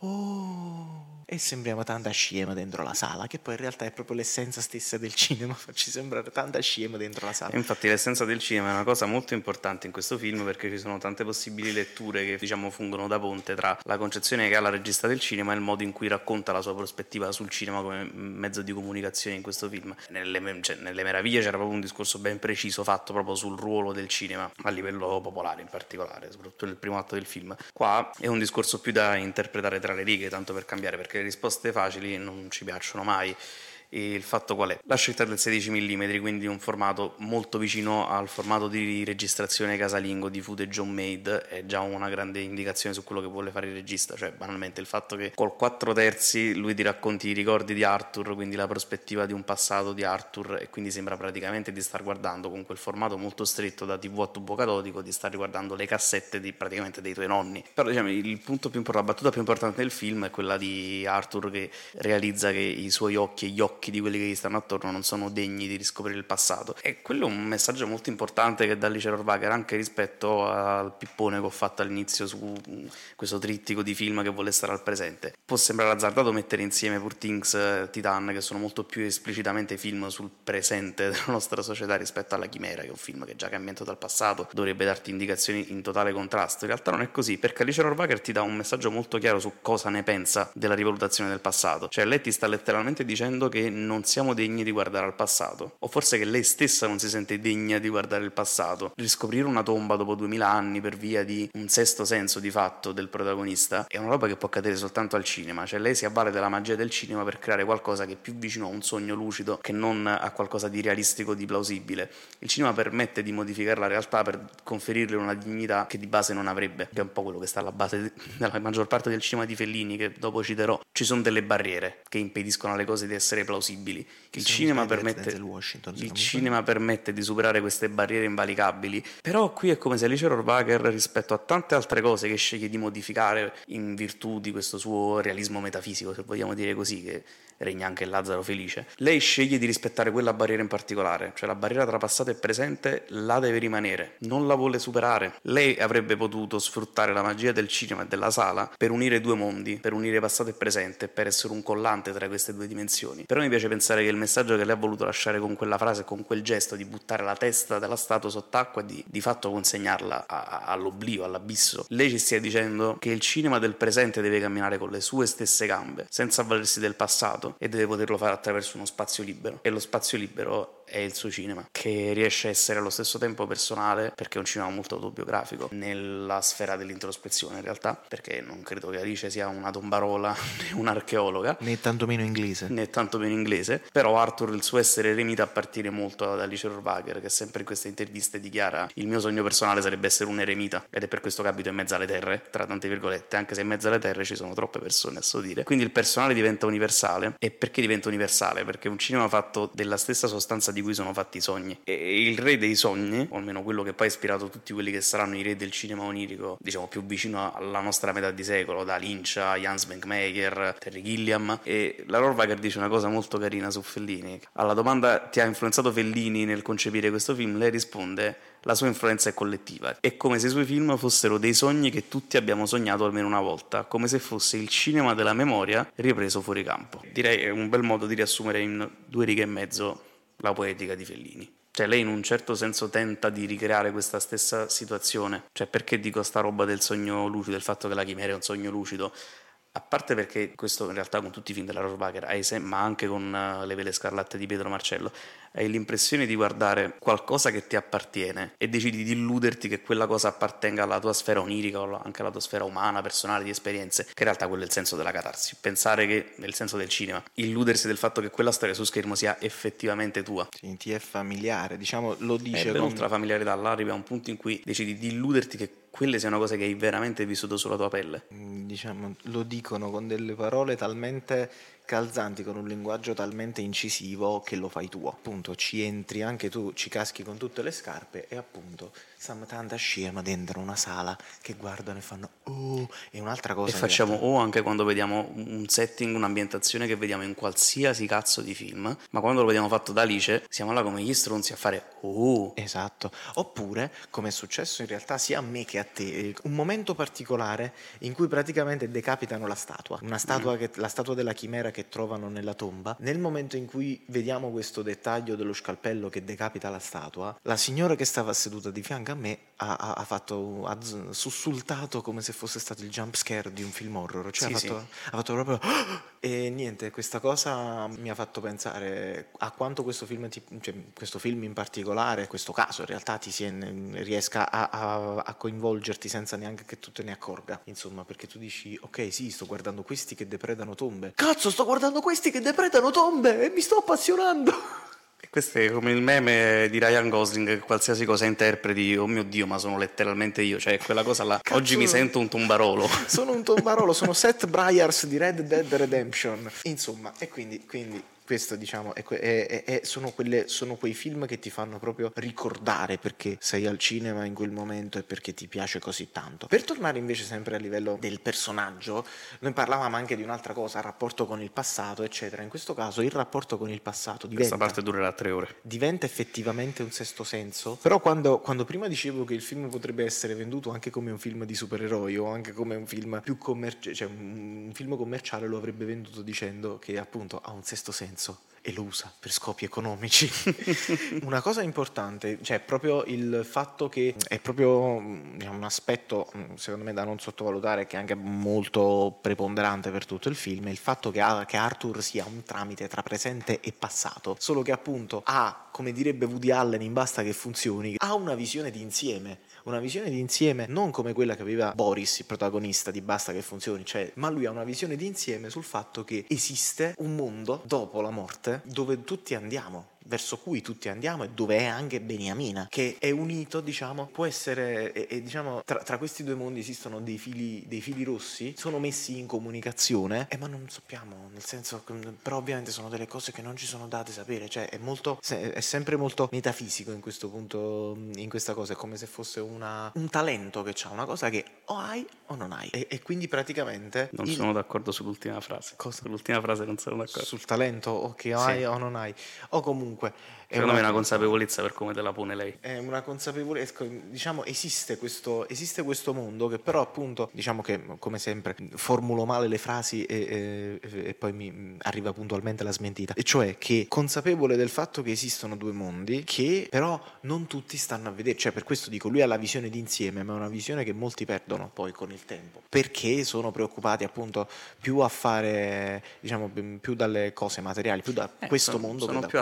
oh, e sembriamo tanta scema dentro la sala, che poi in realtà è proprio l'essenza stessa del cinema, farci sembrare tanta scema dentro la sala. E infatti l'essenza del cinema è una cosa molto importante in questo film, perché ci sono tante possibili letture che diciamo fungono da ponte tra la concezione che ha la regista del cinema e il modo in cui racconta la sua prospettiva sul cinema come mezzo di comunicazione in questo film. Nelle, cioè, nelle Meraviglie c'era proprio un discorso ben preciso fatto proprio sul ruolo del cinema a livello popolare in particolare, soprattutto nel primo atto del film. Qua è un discorso più da interpretare tra le righe, tanto per cambiare, perché le risposte facili non ci piacciono mai. E il fatto qual è? La scelta del sedici millimetri, quindi un formato molto vicino al formato di registrazione casalingo di footage homemade, è già una grande indicazione su quello che vuole fare il regista, cioè banalmente il fatto che col quattro terzi lui ti racconti i ricordi di Arthur, quindi la prospettiva di un passato di Arthur, e quindi sembra praticamente di star guardando con quel formato molto stretto da tivù a tubo catodico, di star riguardando le cassette di praticamente dei tuoi nonni. Però diciamo il punto più importante, la battuta più importante del film è quella di Arthur che realizza che i suoi occhi e gli occhi di quelli che gli stanno attorno non sono degni di riscoprire il passato, e quello è un messaggio molto importante che dà Alice Rohrwacher anche rispetto al pippone che ho fatto all'inizio su questo trittico di film che vuole stare al presente. Può sembrare azzardato mettere insieme Poor Things e Titan, che sono molto più esplicitamente film sul presente della nostra società, rispetto alla Chimera, che è un film che già che è ambientato al passato dovrebbe darti indicazioni in totale contrasto. In realtà non è così, perché Alice Rohrwacher ti dà un messaggio molto chiaro su cosa ne pensa della rivalutazione del passato, cioè lei ti sta letteralmente dicendo che non siamo degni di guardare al passato, o forse che lei stessa non si sente degna di guardare il passato. Riscoprire una tomba dopo duemila anni per via di un sesto senso di fatto del protagonista è una roba che può accadere soltanto al cinema, cioè lei si avvale della magia del cinema per creare qualcosa che è più vicino a un sogno lucido che non a qualcosa di realistico, di plausibile. Il cinema permette di modificare la realtà per conferirle una dignità che di base non avrebbe, che è un po' quello che sta alla base della maggior parte del cinema di Fellini, che dopo citerò. Ci sono delle barriere che impediscono alle cose di essere plausibili. Il cinema, permette, il cinema permette di superare queste barriere invalicabili, però qui è come se Alice Rohrwacher, rispetto a tante altre cose che sceglie di modificare in virtù di questo suo realismo metafisico, se vogliamo dire così, che regna anche il Lazzaro felice, lei sceglie di rispettare quella barriera in particolare, cioè la barriera tra passato e presente la deve rimanere, non la vuole superare. Lei avrebbe potuto sfruttare la magia del cinema e della sala per unire due mondi, per unire passato e presente, per essere un collante tra queste due dimensioni. Però mi piace pensare che il messaggio che lei ha voluto lasciare con quella frase, con quel gesto di buttare la testa della statua sott'acqua e di, di fatto consegnarla a, a, all'oblio, all'abisso, lei ci stia dicendo che il cinema del presente deve camminare con le sue stesse gambe, senza avvalersi del passato, e deve poterlo fare attraverso uno spazio libero, e lo spazio libero è il suo cinema, che riesce a essere allo stesso tempo personale, perché è un cinema molto autobiografico, nella sfera dell'introspezione in realtà, perché non credo che Alice sia una tombarola né un'archeologa, né tantomeno inglese, né tantomeno inglese, però Arthur, il suo essere eremita, appartiene molto ad Alice Rohrwacher, che sempre in queste interviste dichiara: il mio sogno personale sarebbe essere un eremita, ed è per questo che abito in mezzo alle terre, tra tante virgolette, anche se in mezzo alle terre ci sono troppe persone a so dire. Quindi il personale diventa universale. E perché diventa universale? Perché è un cinema fatto della stessa sostanza di cui sono fatti i sogni, e il re dei sogni, o almeno quello che poi ha ispirato tutti quelli che saranno i re del cinema onirico, diciamo più vicino alla nostra metà di secolo, da Lynch a Jan Smenkmaker, Terry Gilliam. E la Rohrwacher dice una cosa molto carina su Fellini. Alla domanda: ti ha influenzato Fellini nel concepire questo film? Lei risponde: la sua influenza è collettiva. È come se i suoi film fossero dei sogni che tutti abbiamo sognato almeno una volta, come se fosse il cinema della memoria ripreso fuori campo. Direi è un bel modo di riassumere in due righe e mezzo la poetica di Fellini. Cioè lei in un certo senso tenta di ricreare questa stessa situazione. Cioè, perché dico sta roba del sogno lucido, del fatto che la chimera è un sogno lucido? A parte perché questo in realtà con tutti i film della Rohrwacher, ma anche con uh, Le vele scarlatte di Pietro Marcello, hai l'impressione di guardare qualcosa che ti appartiene e decidi di illuderti che quella cosa appartenga alla tua sfera onirica o anche alla tua sfera umana, personale, di esperienze, che in realtà quello è il senso della catarsi. Pensare che, nel senso del cinema, illudersi del fatto che quella storia su schermo sia effettivamente tua. Sì, ti è familiare, diciamo, lo dice. E ben con... oltre la familiarità, là arriva a un punto in cui decidi di illuderti che quelle siano cose che hai veramente vissuto sulla tua pelle. Diciamo, lo dicono con delle parole talmente calzanti, con un linguaggio talmente incisivo che lo fai tuo. Appunto, ci entri anche tu, ci caschi con tutte le scarpe e appunto siamo tanta scema dentro una sala che guardano e fanno oh, e un'altra cosa. E facciamo realtà... oh anche quando vediamo un setting, un'ambientazione che vediamo in qualsiasi cazzo di film, ma quando lo vediamo fatto da Alice siamo là come gli stronzi a fare oh. Esatto. Oppure, come è successo in realtà sia a me che a te, un momento particolare in cui praticamente decapitano la statua, una statua mm. che, la statua della chimera che trovano nella tomba. Nel momento in cui vediamo questo dettaglio dello scalpello che decapita la statua, la signora che stava seduta di fianco a me ha, ha, ha fatto ha sussultato come se fosse stato il jump scare di un film horror, cioè sì, ha, fatto, sì. ha fatto proprio e niente, questa cosa mi ha fatto pensare a quanto questo film ti, cioè, questo film in particolare, questo caso in realtà ti si, riesca a, a, a coinvolgerti senza neanche che tu te ne accorga, insomma, perché tu dici ok, sì, sto guardando questi che depredano tombe, cazzo, sto guardando questi che depredano tombe e mi sto appassionando. Questo è come il meme di Ryan Gosling che qualsiasi cosa interpreti, oh mio Dio, ma sono letteralmente io, cioè quella cosa là. Cazzo, oggi mi sento un tombarolo. Sono un tombarolo, sono Seth Breyers di Red Dead Redemption. Insomma, e quindi, quindi questo diciamo è, è, è, sono, quelle, sono quei film che ti fanno proprio ricordare perché sei al cinema in quel momento e perché ti piace così tanto. Per tornare invece sempre a livello del personaggio, noi parlavamo anche di un'altra cosa, il rapporto con il passato eccetera. In questo caso il rapporto con il passato diventa, questa parte durerà tre ore, diventa effettivamente un sesto senso. Però quando, quando prima dicevo che il film potrebbe essere venduto anche come un film di supereroi o anche come un film più commerciale, cioè un film commerciale lo avrebbe venduto dicendo che appunto ha un sesto senso e lo usa per scopi economici. Una cosa importante, cioè proprio il fatto che è proprio diciamo, un aspetto secondo me da non sottovalutare, che è anche molto preponderante per tutto il film, è il fatto che, ha, che Arthur sia un tramite tra presente e passato, solo che appunto ha, come direbbe Woody Allen in Basta che funzioni, ha una visione di insieme, una visione di insieme non come quella che aveva Boris, il protagonista di Basta che funzioni, cioè, ma lui ha una visione di insieme sul fatto che esiste un mondo dopo la morte dove tutti andiamo, verso cui tutti andiamo e dove è anche Beniamina, che è unito, diciamo, può essere, e, e diciamo, tra, tra questi due mondi esistono dei fili, dei fili rossi, sono messi in comunicazione, eh, ma non sappiamo, nel senso, però ovviamente sono delle cose che non ci sono date sapere, cioè è molto, è sempre molto metafisico in questo punto, in questa cosa, è come se fosse una, un talento che c'ha, una cosa che o hai o non hai, e, e quindi praticamente... Non il... sono d'accordo sull'ultima frase. Cosa? Sull'ultima frase non sono d'accordo. Sul talento o che hai sì. o non hai, o comunque secondo me è una consapevolezza per come te la pone lei. È una consapevolezza, diciamo, esiste questo, esiste questo mondo che però appunto, diciamo che come sempre formulo male le frasi e, e, e poi mi arriva puntualmente la smentita, e cioè che consapevole del fatto che esistono due mondi che però non tutti stanno a vedere, cioè per questo dico lui ha la visione d'insieme, ma è una visione che molti perdono poi con il tempo, perché sono preoccupati appunto più a fare, diciamo, più dalle cose materiali, più da eh, questo sono, mondo sono che da più quell'altro.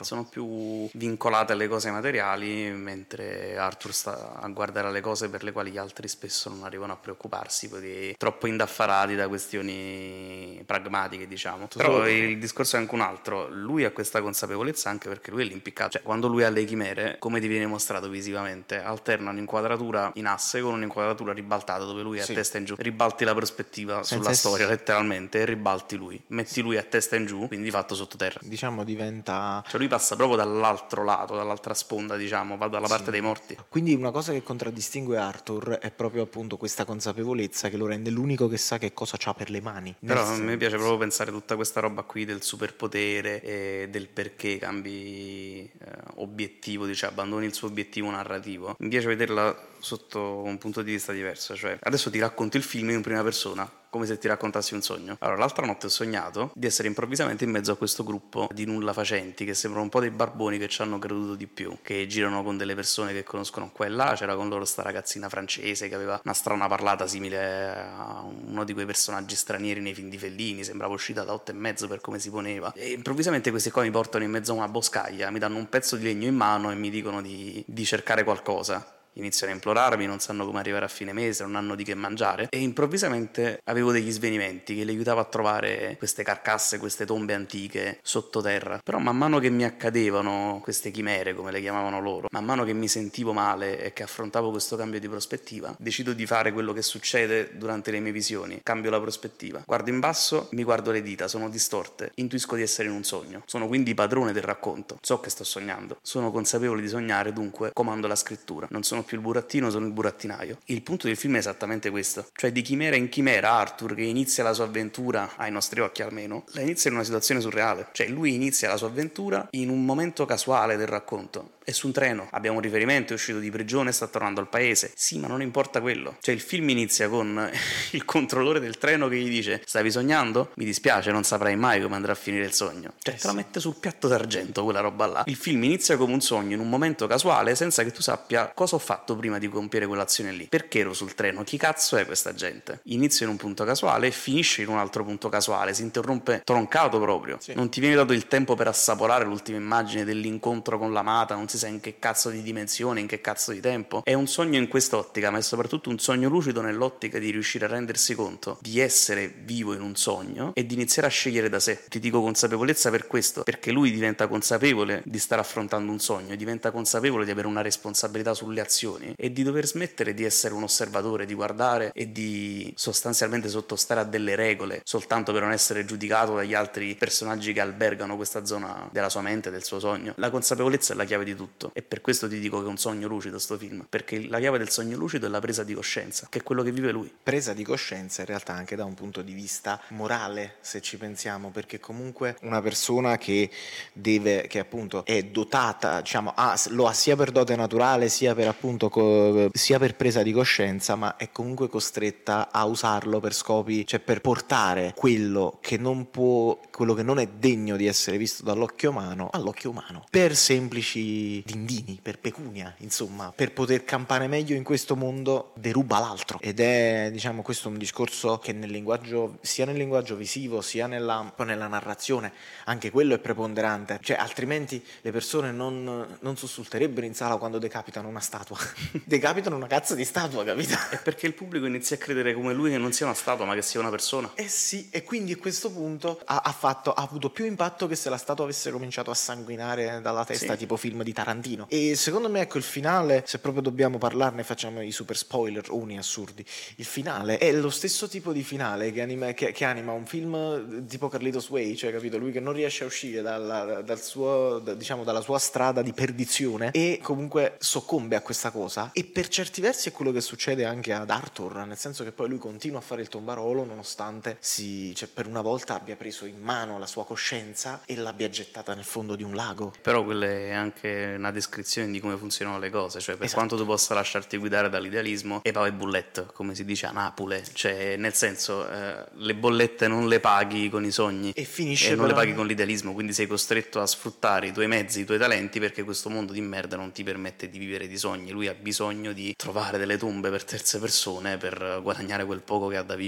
sono più vincolate alle cose materiali, mentre Arthur sta a guardare alle cose per le quali gli altri spesso non arrivano a preoccuparsi, perché troppo indaffarati da questioni pragmatiche, diciamo. Però il discorso è anche un altro: lui ha questa consapevolezza anche perché lui è l'impiccato, cioè quando lui ha le chimere, come ti viene mostrato visivamente, alterna un'inquadratura in asse con un'inquadratura ribaltata dove lui è Sì. a testa in giù, ribalti la prospettiva Senza sulla ess- storia letteralmente e ribalti lui, metti lui a testa in giù, quindi fatto sottoterra, diciamo diventa... cioè lui passa proprio dall'altro lato, dall'altra sponda, diciamo, va dalla parte Sì. dei morti. Quindi una cosa che contraddistingue Arthur è proprio appunto questa consapevolezza che lo rende l'unico che sa che cosa c'ha per le mani. Però Nel a me senso- piace proprio pensare tutta questa roba qui del superpotere e del perché cambi eh, obiettivo, diciamo, abbandoni il suo obiettivo narrativo. Mi piace vederla sotto un punto di vista diverso, cioè adesso ti racconto il film in prima persona, come se ti raccontassi un sogno. Allora, l'altra notte ho sognato di essere improvvisamente in mezzo a questo gruppo di nulla facenti che sembrano un po' dei barboni che ci hanno creduto di più, che girano con delle persone che conoscono qua e là. C'era con loro sta ragazzina francese che aveva una strana parlata simile a uno di quei personaggi stranieri nei film di Fellini, sembrava uscita da otto e mezzo per come si poneva, e improvvisamente questi qua mi portano in mezzo a una boscaglia, mi danno un pezzo di legno in mano e mi dicono di, di cercare qualcosa. Iniziano a implorarmi, non sanno come arrivare a fine mese, non hanno di che mangiare, e improvvisamente avevo degli svenimenti che li aiutavo a trovare queste carcasse, queste tombe antiche sottoterra. Però man mano che mi accadevano queste chimere, come le chiamavano loro, man mano che mi sentivo male e che affrontavo questo cambio di prospettiva, decido di fare quello che succede durante le mie visioni: cambio la prospettiva, guardo in basso, mi guardo le dita, sono distorte, intuisco di essere in un sogno, sono quindi padrone del racconto, so che sto sognando, sono consapevole di sognare, dunque comando la scrittura, non sono più il burattino, sono il burattinaio. Il punto del film è esattamente questo, cioè di chimera in chimera Arthur, che inizia la sua avventura, ai nostri occhi almeno, la inizia in una situazione surreale, cioè lui inizia la sua avventura in un momento casuale del racconto, è su un treno, abbiamo un riferimento, è uscito di prigione, sta tornando al paese, sì, ma non importa quello, cioè il film inizia con il controllore del treno che gli dice: stavi sognando? Mi dispiace, non saprai mai come andrà a finire il sogno, cioè te la mette sul piatto d'argento quella roba là. Il film inizia come un sogno in un momento casuale, senza che tu sappia cosa ho fatto prima di compiere quell'azione lì, perché ero sul treno, chi cazzo è questa gente. Inizia in un punto casuale e finisce in un altro punto casuale, si interrompe troncato proprio, sì. Non ti viene dato il tempo per assaporare l'ultima immagine dell'incontro con l'amata, non si sa in che cazzo di dimensione, in che cazzo di tempo. È un sogno in quest'ottica, ma è soprattutto un sogno lucido nell'ottica di riuscire a rendersi conto di essere vivo in un sogno e di iniziare a scegliere da sé. Ti dico consapevolezza per questo, perché lui diventa consapevole di stare affrontando un sogno, diventa consapevole di avere una responsabilità sulle azioni e di dover smettere di essere un osservatore, di guardare e di sostanzialmente sottostare a delle regole soltanto per non essere giudicato dagli altri personaggi che albergano questa zona della sua mente, del suo sogno. La consapevolezza è la chiave di tutto, e per questo ti dico che è un sogno lucido sto film, perché la chiave del sogno lucido è la presa di coscienza, che è quello che vive lui. Presa di coscienza in realtà anche da un punto di vista morale, se ci pensiamo, perché comunque una persona che deve, che appunto è dotata, diciamo, ha, lo ha sia per dote naturale sia per appunto co, sia per presa di coscienza, ma è comunque costretta a usarlo per scopi, cioè per portare quello che non può, quello che non è degno di essere visto dall'occhio umano all'occhio umano, per semplici dindini, per pecunia, insomma, per poter campare meglio in questo mondo deruba l'altro. Ed è, diciamo, questo un discorso che nel linguaggio, sia nel linguaggio visivo sia nella, nella narrazione, anche quello è preponderante, cioè altrimenti le persone non, non sussulterebbero in sala quando decapitano una statua decapitano una cazzo di statua, capito? È perché il pubblico inizia a credere come lui che non sia una statua ma che sia una persona. Eh sì, e quindi a questo punto ha, ha, fatto, ha avuto più impatto che se la statua avesse cominciato a sanguinare dalla testa, sì, tipo film di Tarantino. E secondo me, ecco, il finale, se proprio dobbiamo parlarne, facciamo i super spoiler uni assurdi. Il finale è lo stesso tipo di finale che anima, che, che anima un film tipo Carlitos Way, cioè, capito? Lui che non riesce a uscire dalla, dal suo, da, diciamo, dalla sua strada di perdizione e comunque soccombe a questa cosa. E per certi versi è quello che succede anche ad Arthur, nel senso che poi lui continua a fare il tombarolo nonostante si, cioè, per una volta abbia preso in mano la sua coscienza e l'abbia gettata nel fondo di un lago. Però quella è anche una descrizione di come funzionano le cose, cioè per esatto. quanto tu possa lasciarti guidare dall'idealismo, e poi bollette, come si dice a Napoli, cioè nel senso eh, le bollette non le paghi con i sogni e, finisce e non però... le paghi con l'idealismo, quindi sei costretto a sfruttare i tuoi mezzi, i tuoi talenti, perché questo mondo di merda non ti permette di vivere di sogni. Lui ha bisogno di trovare delle tombe per terze persone per guadagnare quel poco che ha da vivere.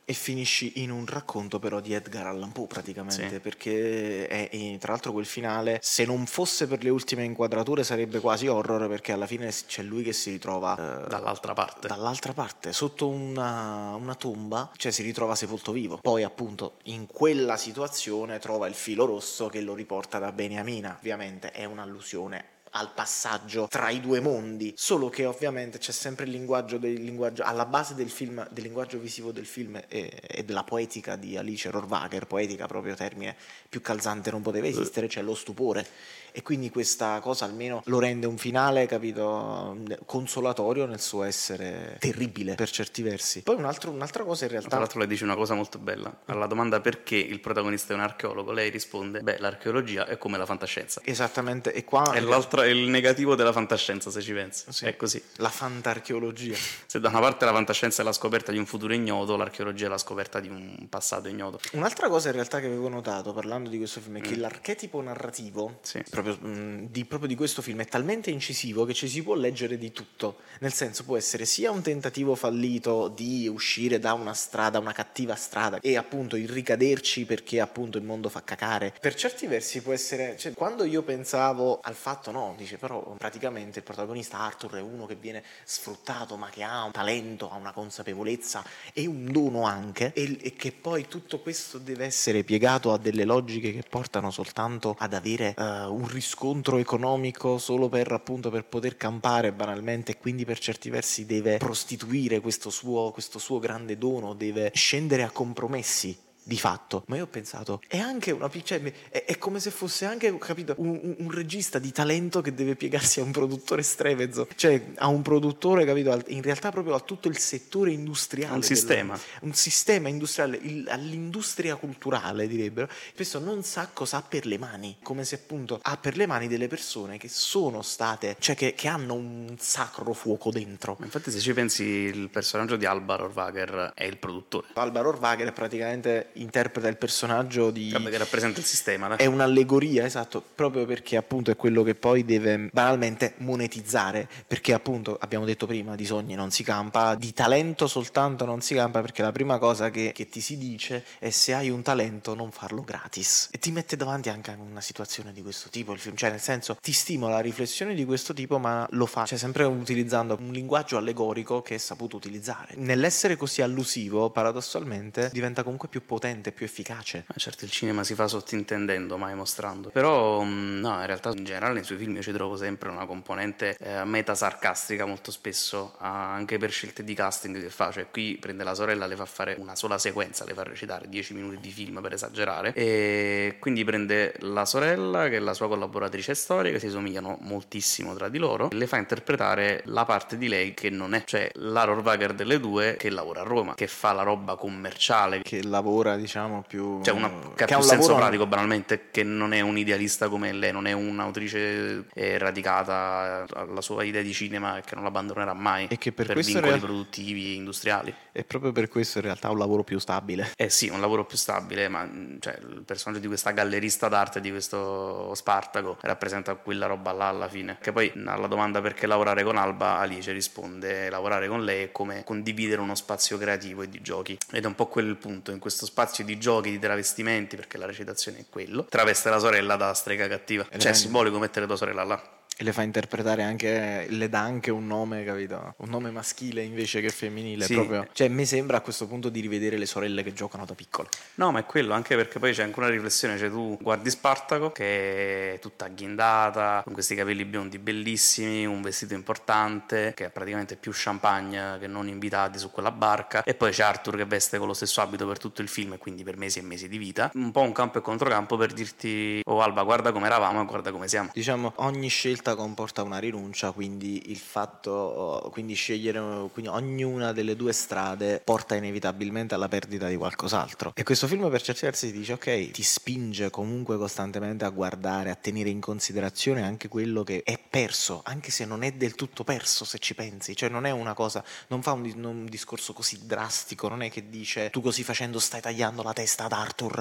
E finisci in un racconto però di Edgar Allan Poe praticamente, Sì. perché è, è- tra l'altro quel finale, se non fosse per le ultime inquadrature sarebbe quasi horror, perché alla fine c'è lui che si ritrova eh, Dall'altra parte. dall'altra parte, sotto una, una tomba, cioè si ritrova sepolto vivo. Poi appunto in quella situazione trova il filo rosso che lo riporta da Beniamina, ovviamente è un'allusione al passaggio tra i due mondi, solo che ovviamente c'è sempre il linguaggio del linguaggio alla base del film, del linguaggio visivo del film e, e della poetica di Alice Rohrwacher, poetica proprio termine più calzante non poteva esistere, c'è lo stupore, e quindi questa cosa almeno lo rende un finale, capito, consolatorio nel suo essere terribile per certi versi. Poi un altro, un'altra cosa in Tra realtà, l'altro lei dice una cosa molto bella. Alla domanda perché il protagonista è un archeologo, lei risponde: beh, l'archeologia è come la fantascienza. esattamente, e qua È l'altra, è il negativo della fantascienza, se ci pensi. sì, È così. la fantarcheologia. Se da una parte la fantascienza è la scoperta di un futuro ignoto, l'archeologia è la scoperta di un passato ignoto. Un'altra cosa in realtà che avevo notato parlando di questo film è che Mm. l'archetipo narrativo Sì. proprio, mh, di, proprio di questo film è talmente incisivo che ci si può leggere di tutto, nel senso può essere sia un tentativo fallito di uscire da una strada, una cattiva strada, e appunto il ricaderci perché appunto il mondo fa cacare, per certi versi può essere, cioè, quando io pensavo al fatto, no, dice però praticamente il protagonista Arthur è uno che viene sfruttato ma che ha un talento, ha una consapevolezza e un dono anche, e, e che poi tutto questo deve essere piegato a delle logiche che portano soltanto ad avere uh, un riscontro economico solo per appunto per poter campare banalmente, e quindi per certi versi deve prostituire questo suo, questo suo grande dono, deve scendere a compromessi di fatto. Ma io ho pensato, è anche una cioè, è, è come se fosse anche, capito, un, un, un regista di talento che deve piegarsi a un produttore stremezzo, cioè a un produttore, capito, in realtà proprio a tutto il settore industriale, Un sistema. del, un sistema industriale, il, all'industria culturale direbbero, spesso non sa cosa ha per le mani, come se appunto ha per le mani delle persone che sono state, cioè che, che hanno un sacro fuoco dentro. Infatti se ci pensi, il personaggio di Alba Rohrwacher è il produttore. Alba Rohrwacher è praticamente interpreta il personaggio di Vabbè, che rappresenta il sistema, né? È un'allegoria, esatto, proprio perché appunto è quello che poi deve banalmente monetizzare, perché appunto abbiamo detto prima, di sogni non si campa, di talento soltanto non si campa, perché la prima cosa che, che ti si dice è: se hai un talento non farlo gratis, e ti mette davanti anche a una situazione di questo tipo il film, cioè nel senso ti stimola a riflessioni di questo tipo, ma lo fa, cioè, sempre utilizzando un linguaggio allegorico che è saputo utilizzare. Nell'essere così allusivo, paradossalmente diventa comunque più potente, più efficace. Ma certo, il cinema si fa sottintendendo, mai mostrando. Però, mh, no, in realtà in generale nei suoi film io ci trovo sempre una componente eh, meta-sarcastica molto spesso, ah, anche per scelte di casting che fa. Cioè qui prende la sorella, le fa fare una sola sequenza, le fa recitare dieci minuti di film per esagerare, e quindi prende la sorella, che è la sua collaboratrice storica, si somigliano moltissimo tra di loro, e le fa interpretare la parte di lei che non è, cioè la Rohrwacher delle due che lavora a Roma, che fa la roba commerciale, Che lavora, diciamo, più cioè una che ha che più un senso lavoro pratico, banalmente, che non è un idealista come lei, non è un'autrice eh, radicata alla sua idea di cinema e che non l'abbandonerà mai e che per, per questo vincoli real- produttivi e industriali. è proprio per questo in realtà un lavoro più stabile. Eh sì, un lavoro più stabile, ma cioè, il personaggio di questa gallerista d'arte, di questo Spartaco, rappresenta quella roba là alla fine. Che poi alla domanda perché lavorare con Alba, Alice risponde: lavorare con lei è come condividere uno spazio creativo e di giochi, ed è un po' quel il punto. In questo spazio di giochi, di travestimenti, perché la recitazione è quello, traveste la sorella da strega cattiva, E cioè è le- simbolico mettere tua sorella là. E le fa interpretare anche, le dà anche un nome, capito? Un nome maschile invece che femminile. Sì. Proprio. Cioè, mi sembra a questo punto di rivedere le sorelle che giocano da piccole. No, ma è quello, anche perché poi c'è anche una riflessione, cioè tu guardi Spartaco che è tutta agghindata, con questi capelli biondi bellissimi, un vestito importante, che è praticamente più champagne che non invitati su quella barca, e poi c'è Arthur che veste con lo stesso abito per tutto il film e quindi per mesi e mesi di vita, un po' un campo e controcampo per dirti: oh Alba, guarda come eravamo e guarda come siamo. Diciamo, ogni scelta comporta una rinuncia, quindi il fatto, quindi scegliere, quindi ognuna delle due strade porta inevitabilmente alla perdita di qualcos'altro. E questo film per certi versi ti dice: ok, ti spinge comunque costantemente a guardare, a tenere in considerazione anche quello che è perso, anche se non è del tutto perso, se ci pensi. Cioè non è una cosa, non fa un, un discorso così drastico, non è che dice: tu così facendo stai tagliando la testa ad Arthur.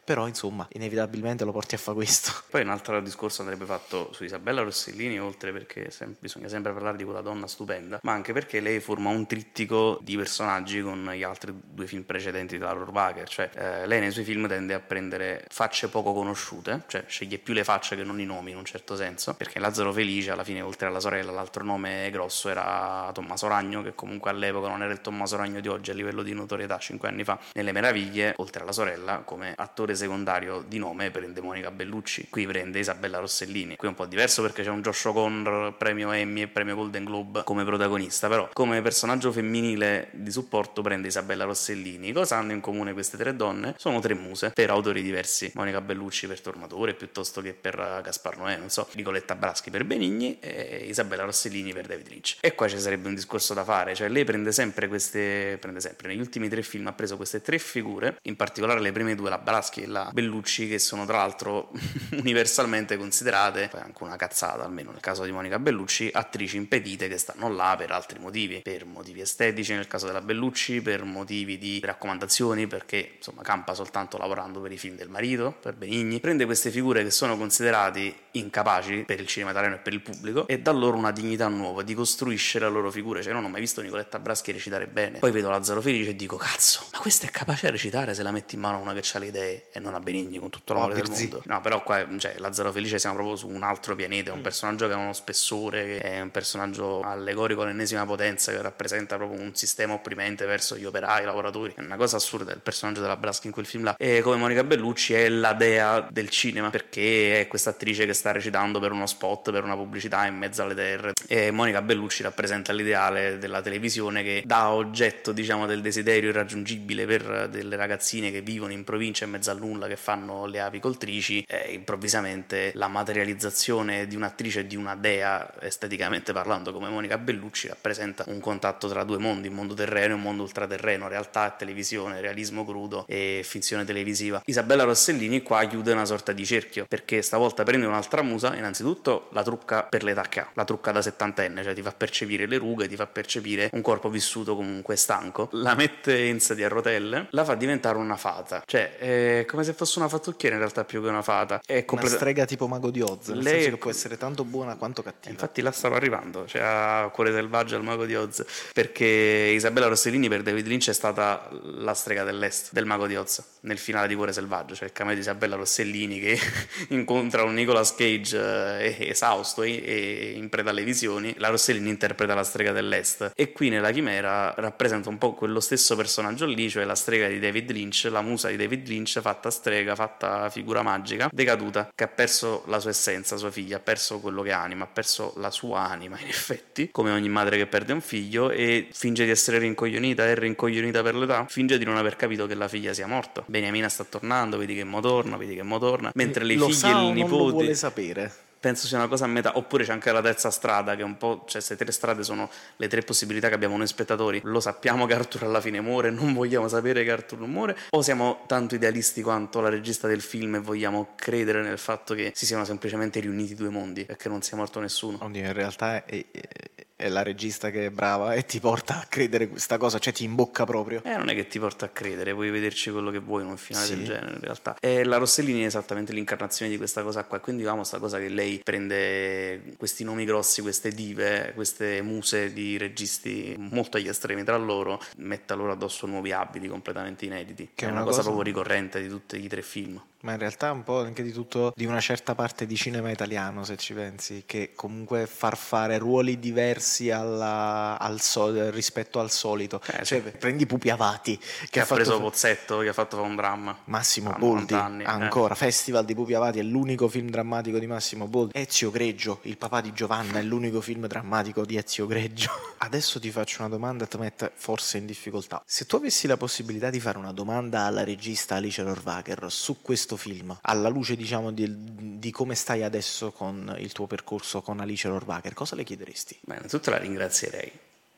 però insomma inevitabilmente lo porti a fare questo. Poi un altro discorso andrebbe fatto su Isabella Rossellini, oltre perché sem- bisogna sempre parlare di quella donna stupenda, ma anche perché lei forma un trittico di personaggi con gli altri due film precedenti della Rohrwacher, cioè eh, lei nei suoi film tende a prendere facce poco conosciute, cioè sceglie più le facce che non i nomi in un certo senso, perché Lazzaro Felice alla fine oltre alla sorella l'altro nome grosso era Tommaso Ragno, che comunque all'epoca non era il Tommaso Ragno di oggi a livello di notorietà. Cinque anni fa nelle Meraviglie, oltre alla sorella, come attore secondario di nome prende Monica Bellucci, qui prende Isabella Rossellini. Qui è un po' diverso perché c'è un Josh O'Connor premio Emmy e premio Golden Globe come protagonista, però come personaggio femminile di supporto prende Isabella Rossellini. Cosa hanno in comune queste tre donne? Sono tre muse per autori diversi: Monica Bellucci per Tornatore piuttosto che per Gaspar Noè, non so, Nicoletta Braschi per Benigni e Isabella Rossellini per David Lynch. E qua ci sarebbe un discorso da fare, cioè lei prende sempre queste prende sempre negli ultimi tre film ha preso queste tre figure, in particolare le prime due, la Braschi e la Bellucci, che sono tra l'altro universalmente considerate, poi anche una cazzata almeno nel caso di Monica Bellucci, attrici impedite che stanno là per altri motivi, per motivi estetici nel caso della Bellucci, per motivi di raccomandazioni, perché insomma campa soltanto lavorando per i film del marito, per Benigni. Prende queste figure che sono considerati incapaci per il cinema italiano e per il pubblico e dà loro una dignità nuova, di costruisce la loro figura. Cioè, non ho mai visto Nicoletta Braschi recitare bene, poi vedo Lazzaro Felice e dico cazzo, ma questa è capace a recitare se la metti in mano a una che ha le idee e non a Benigni, con tutto l'amore del mondo. No, però qua cioè, Lazzaro Felice siamo proprio su un altro pianeta, è un personaggio che ha uno spessore, che è un personaggio allegorico all'ennesima potenza, che rappresenta proprio un sistema opprimente verso gli operai, i lavoratori. È una cosa assurda il personaggio della Braschi in quel film là. E come Monica Bellucci è la dea del cinema, perché è questa attrice che sta recitando per uno spot, per una pubblicità in mezzo alle terre, e Monica Bellucci rappresenta l'ideale della televisione che dà oggetto, diciamo, del desiderio irraggiungibile per delle ragazzine che vivono in provincia in mezzo al nulla, che fanno le apicoltrici, e improvvisamente la materializzazione di un'attrice e di una dea, esteticamente parlando, come Monica Bellucci, rappresenta un contatto tra due mondi, un mondo terreno e un mondo ultraterreno, realtà e televisione, realismo crudo e finzione televisiva. Isabella Rossellini qua chiude una sorta di cerchio, perché stavolta prende un'altra musa, innanzitutto la trucca per l'età che ha, la trucca da settantenne, cioè ti fa percepire le rughe, ti fa percepire un corpo vissuto comunque stanco, la mette in sedia a rotelle, la fa diventare una fata, cioè è come se fosse una fattucchiera in realtà più che una fata, è completa... una strega tipo Mago di Oz, nel lei senso è... che può essere tanto buona quanto cattiva. Infatti là stavo arrivando, cioè a Cuore selvaggio al Mago di Oz, perché Isabella Rossellini per David Lynch è stata la strega dell'est del Mago di Oz nel finale di Cuore selvaggio, cioè il cameo di Isabella Rossellini che incontra un Nicolas Cage eh, esausto e, e in preda alle visioni. La Rossellini interpreta la strega dell'est, e qui nella Chimera rappresenta un po' quello stesso personaggio lì, cioè la strega di David Lynch, la musa di David Lynch fatta strega, fatta figura magica, decaduta, che ha perso la sua essenza, sua figlia, ha perso quello che anima, ha perso la sua anima in effetti, come ogni madre che perde un figlio, e finge di essere rincoglionita, è rincoglionita per l'età, finge di non aver capito che la figlia sia morta. Beniamina sta tornando, vedi che mo torna, vedi che mo torna, mentre le lo figlie sa e o il non lo nipote vuole sapere? penso sia una cosa a metà. Oppure c'è anche la terza strada, che è un po', cioè queste tre strade sono le tre possibilità che abbiamo noi spettatori: lo sappiamo che Arthur alla fine muore, non vogliamo sapere che Arthur non muore, o siamo tanto idealisti quanto la regista del film e vogliamo credere nel fatto che si siano semplicemente riuniti due mondi e che non sia morto nessuno. Oddio, in realtà è, è, è la regista che è brava e ti porta a credere questa cosa, cioè ti imbocca proprio. Eh, non è che ti porta a credere, puoi vederci quello che vuoi in un finale Sì. del genere in realtà. E la Rossellini è esattamente l'incarnazione di questa cosa qua, quindi vediamo sta cosa che lei prende questi nomi grossi, queste dive, queste muse di registi molto agli estremi tra loro, metta loro addosso nuovi abiti completamente inediti, che è una, una cosa, cosa proprio ricorrente di tutti i tre film. Ma in realtà un po' anche di tutto, di una certa parte di cinema italiano, se ci pensi, che comunque far fare ruoli diversi alla, al so, rispetto al solito. Eh, cioè, sì. Prendi Pupi Avati, che, che ha, ha preso fatto... Pozzetto, che ha fatto un dramma. Massimo Boldi, anni, ancora, eh. Festival di Pupi Avati è l'unico film drammatico di Massimo Boldi. Ezio Greggio, il papà di Giovanna, è l'unico film drammatico di Ezio Greggio. Adesso ti faccio una domanda e ti metto forse in difficoltà. Se tu avessi la possibilità di fare una domanda alla regista Alice Rohrwacher su questo film, alla luce diciamo di, di come stai adesso con il tuo percorso con Alice Rohrwacher, cosa le chiederesti? Beh, innanzitutto la ringrazierei,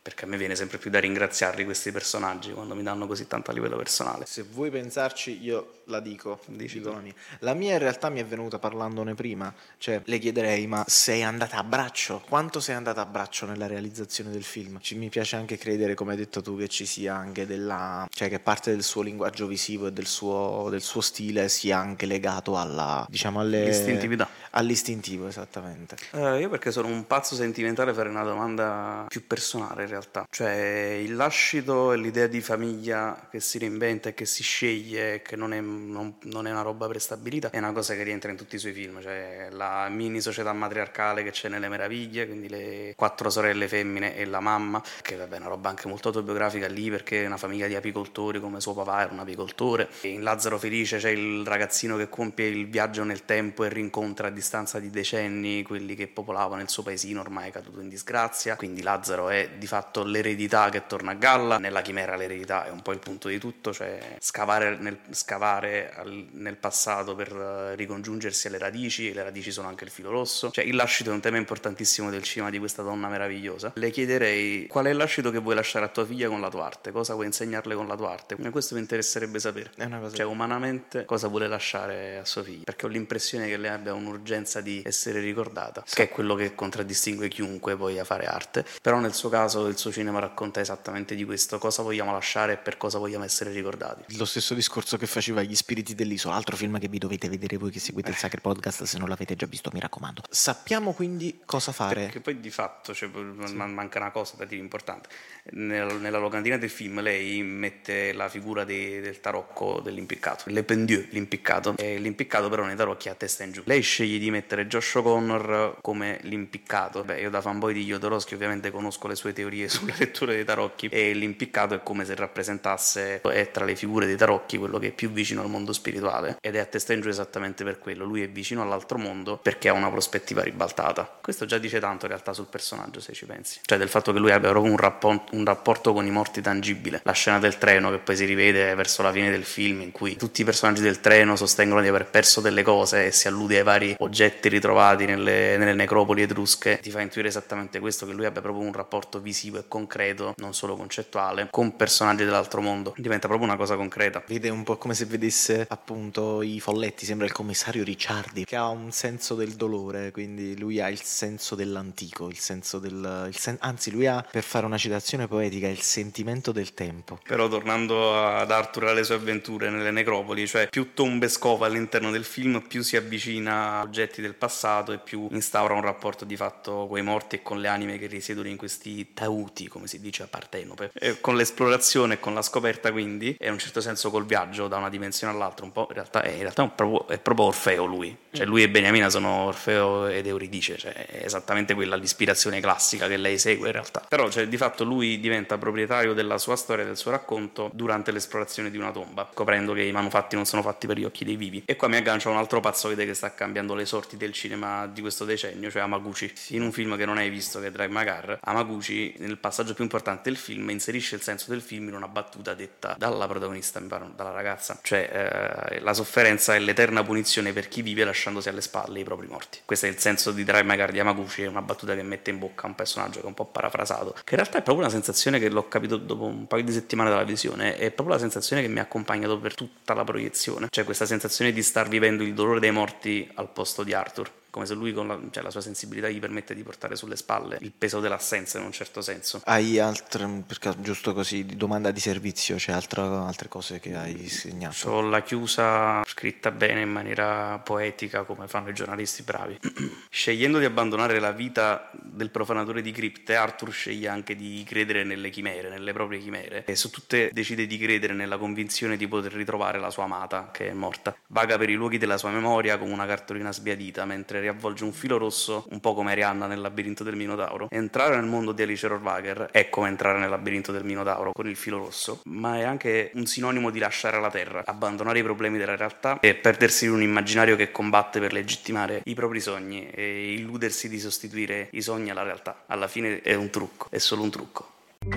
perché a me viene sempre più da ringraziarli questi personaggi quando mi danno così tanto a livello personale. Se vuoi pensarci, io la dico, Dici dico tu. la mia. La mia in realtà mi è venuta parlandone prima, cioè le chiederei: ma sei andata a braccio? Quanto sei andata a braccio nella realizzazione del film? Ci, mi piace anche credere, come hai detto tu, che ci sia anche della, cioè che parte del suo linguaggio visivo e del suo, del suo stile sia anche legato alla, diciamo, alle, L'istintività. all'istintivo, esattamente. Eh, io perché sono un pazzo sentimentale, farei una domanda più personale in realtà, cioè il lascito e l'idea di famiglia che si reinventa e che si sceglie, che non è, non, non è una roba prestabilita, è una cosa che rientra in tutti i suoi film, cioè la mini società matriarcale che c'è nelle Meraviglie, quindi le quattro sorelle femmine e la mamma, che vabbè è una roba anche molto autobiografica lì perché è una famiglia di apicoltori, come suo papà era un apicoltore, e in Lazzaro Felice c'è il ragazzino che compie il viaggio nel tempo e rincontra a distanza di decenni quelli che popolavano il suo paesino ormai caduto in disgrazia, quindi Lazzaro è di fatto l'eredità che torna a galla. Nella Chimera l'eredità è un po' il punto di tutto, cioè scavare nel, scavare al, nel passato per uh, ricongiungersi alle radici, e le radici sono anche il filo rosso, cioè il lascito è un tema importantissimo del cinema di questa donna meravigliosa. Le chiederei qual è il lascito che vuoi lasciare a tua figlia con la tua arte, cosa vuoi insegnarle con la tua arte, e questo mi interesserebbe sapere, È una cosa cioè umanamente cosa vuole lasciare a sua figlia, perché ho l'impressione che lei abbia un'urgenza di essere ricordata, sì, che è quello che contraddistingue chiunque voglia fare arte, però nel suo caso il suo cinema racconta esattamente di questo, cosa vogliamo lasciare e per cosa vogliamo essere ricordati. Lo stesso discorso che faceva Gli Spiriti dell'Isola, altro film che vi dovete vedere voi che seguite il Sacred Podcast, se non l'avete già visto mi raccomando. Sappiamo quindi cosa fare. Perché poi di fatto cioè, sì. manca una cosa da dire importante. Nel, nella locandina del film lei mette la figura de, del tarocco dell'impiccato, Le Pendieu, l'impiccato, e l'impiccato però nei tarocchi ha testa in giù. Lei sceglie di mettere Josh O'Connor come l'impiccato. Beh, io da fanboy di Jodorowsky ovviamente conosco le sue teorie sulla lettura dei tarocchi, e l'impiccato è come se rappresentasse, è tra le figure dei tarocchi quello che è più vicino al mondo spirituale, ed è a testa in giù esattamente per quello. Lui è vicino all'altro mondo perché ha una prospettiva ribaltata. Questo già dice tanto in realtà sul personaggio, se ci pensi, cioè del fatto che lui abbia proprio un rapporto, un rapporto con i morti tangibile. La scena del treno che poi si rivede verso la fine del film, in cui tutti i personaggi del treno sostengono di aver perso delle cose e si allude ai vari oggetti ritrovati nelle, nelle necropoli etrusche, ti fa intuire esattamente questo, che lui abbia proprio un rapporto visivo e concreto, non solo concettuale, con personaggi dell'altro mondo. Diventa proprio una cosa concreta. Vede un po' come se vedesse appunto i folletti, sembra il commissario Ricciardi, che ha un senso del dolore, quindi lui ha il senso dell'antico, il senso del... Il sen- anzi lui ha, per fare una citazione poetica, il sentimento del tempo. Però tornando ad Arthur e alle sue avventure nelle necropoli, cioè più tombe scova all'interno del film, più si avvicina a oggetti del passato e più instaura un rapporto di fatto con i morti e con le anime che risiedono in questi tauti, come si dice a Partenope. E con l'esplorazione e con la scoperta, quindi, e in un certo senso col viaggio da una dimensione all'altra, un po' in realtà è, in realtà è, un proprio, è proprio Orfeo lui, cioè lui e Beniamina sono Orfeo ed Euridice, cioè è esattamente quella l'ispirazione classica che lei segue in realtà. Però cioè, di fatto lui diventa proprietario della sua storia, del suo racconto, durante l'esplorazione di una tomba, scoprendo che i manufatti non sono fatti per gli occhi dei vivi. E qua mi aggancia un altro pazzoide che sta cambiando le sorti del cinema di questo decennio, cioè Hamaguchi. In un film che non hai visto, che è Drive My Car, Hamaguchi, nel passaggio più importante del film, inserisce il senso del film in una battuta detta dalla protagonista, mi pare, dalla ragazza, cioè eh, la sofferenza è l'eterna punizione per chi vive lasciandosi alle spalle i propri morti. Questo è il senso di Drive My Car di Hamaguchi, è una battuta che mette in bocca un personaggio che è un po' parafrasato, che in realtà è proprio una sensazione che l'ho capito dopo un paio di settimane dalla visione, è proprio la sensazione che mi ha accompagnato per tutta la proiezione, cioè questa sensazione di star vivendo il dolore dei morti al posto di Arthur, come se lui con la, cioè la sua sensibilità gli permette di portare sulle spalle il peso dell'assenza in un certo senso. Hai altre, perché giusto così, di domanda di servizio, c'è altra, altre cose che hai segnato? C'ho la chiusa scritta bene in maniera poetica, come fanno i giornalisti bravi. Scegliendo di abbandonare la vita del profanatore di cripte, Arthur sceglie anche di credere nelle chimere, nelle proprie chimere, e su tutte decide di credere nella convinzione di poter ritrovare la sua amata che è morta. Vaga per i luoghi della sua memoria come una cartolina sbiadita, mentre riavvolge un filo rosso, un po' come Arianna nel labirinto del Minotauro. Entrare nel mondo di Alice Rohrwacher è come entrare nel labirinto del Minotauro con il filo rosso, ma è anche un sinonimo di lasciare la terra, abbandonare i problemi della realtà e perdersi in un immaginario che combatte per legittimare i propri sogni e illudersi di sostituire i sogni alla realtà. Alla fine è un trucco, è solo un trucco.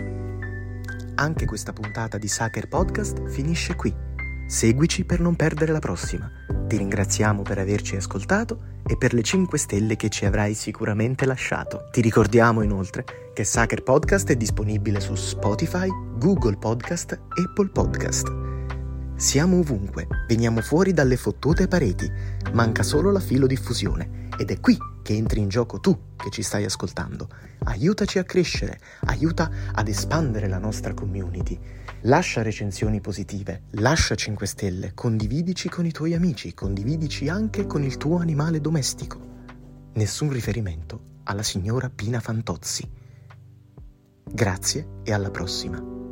Anche questa puntata di Sacred Podcast finisce qui. Seguici per non perdere la prossima. Ti ringraziamo per averci ascoltato e per le cinque stelle che ci avrai sicuramente lasciato. Ti ricordiamo inoltre che Sacher Podcast è disponibile su Spotify, Google Podcast e Apple Podcast. Siamo ovunque, veniamo fuori dalle fottute pareti, manca solo la filodiffusione ed è qui che entri in gioco tu che ci stai ascoltando. Aiutaci a crescere, aiuta ad espandere la nostra community. Lascia recensioni positive, lascia cinque stelle, condividici con i tuoi amici, condividici anche con il tuo animale domestico. Nessun riferimento alla signora Pina Fantozzi. Grazie e alla prossima.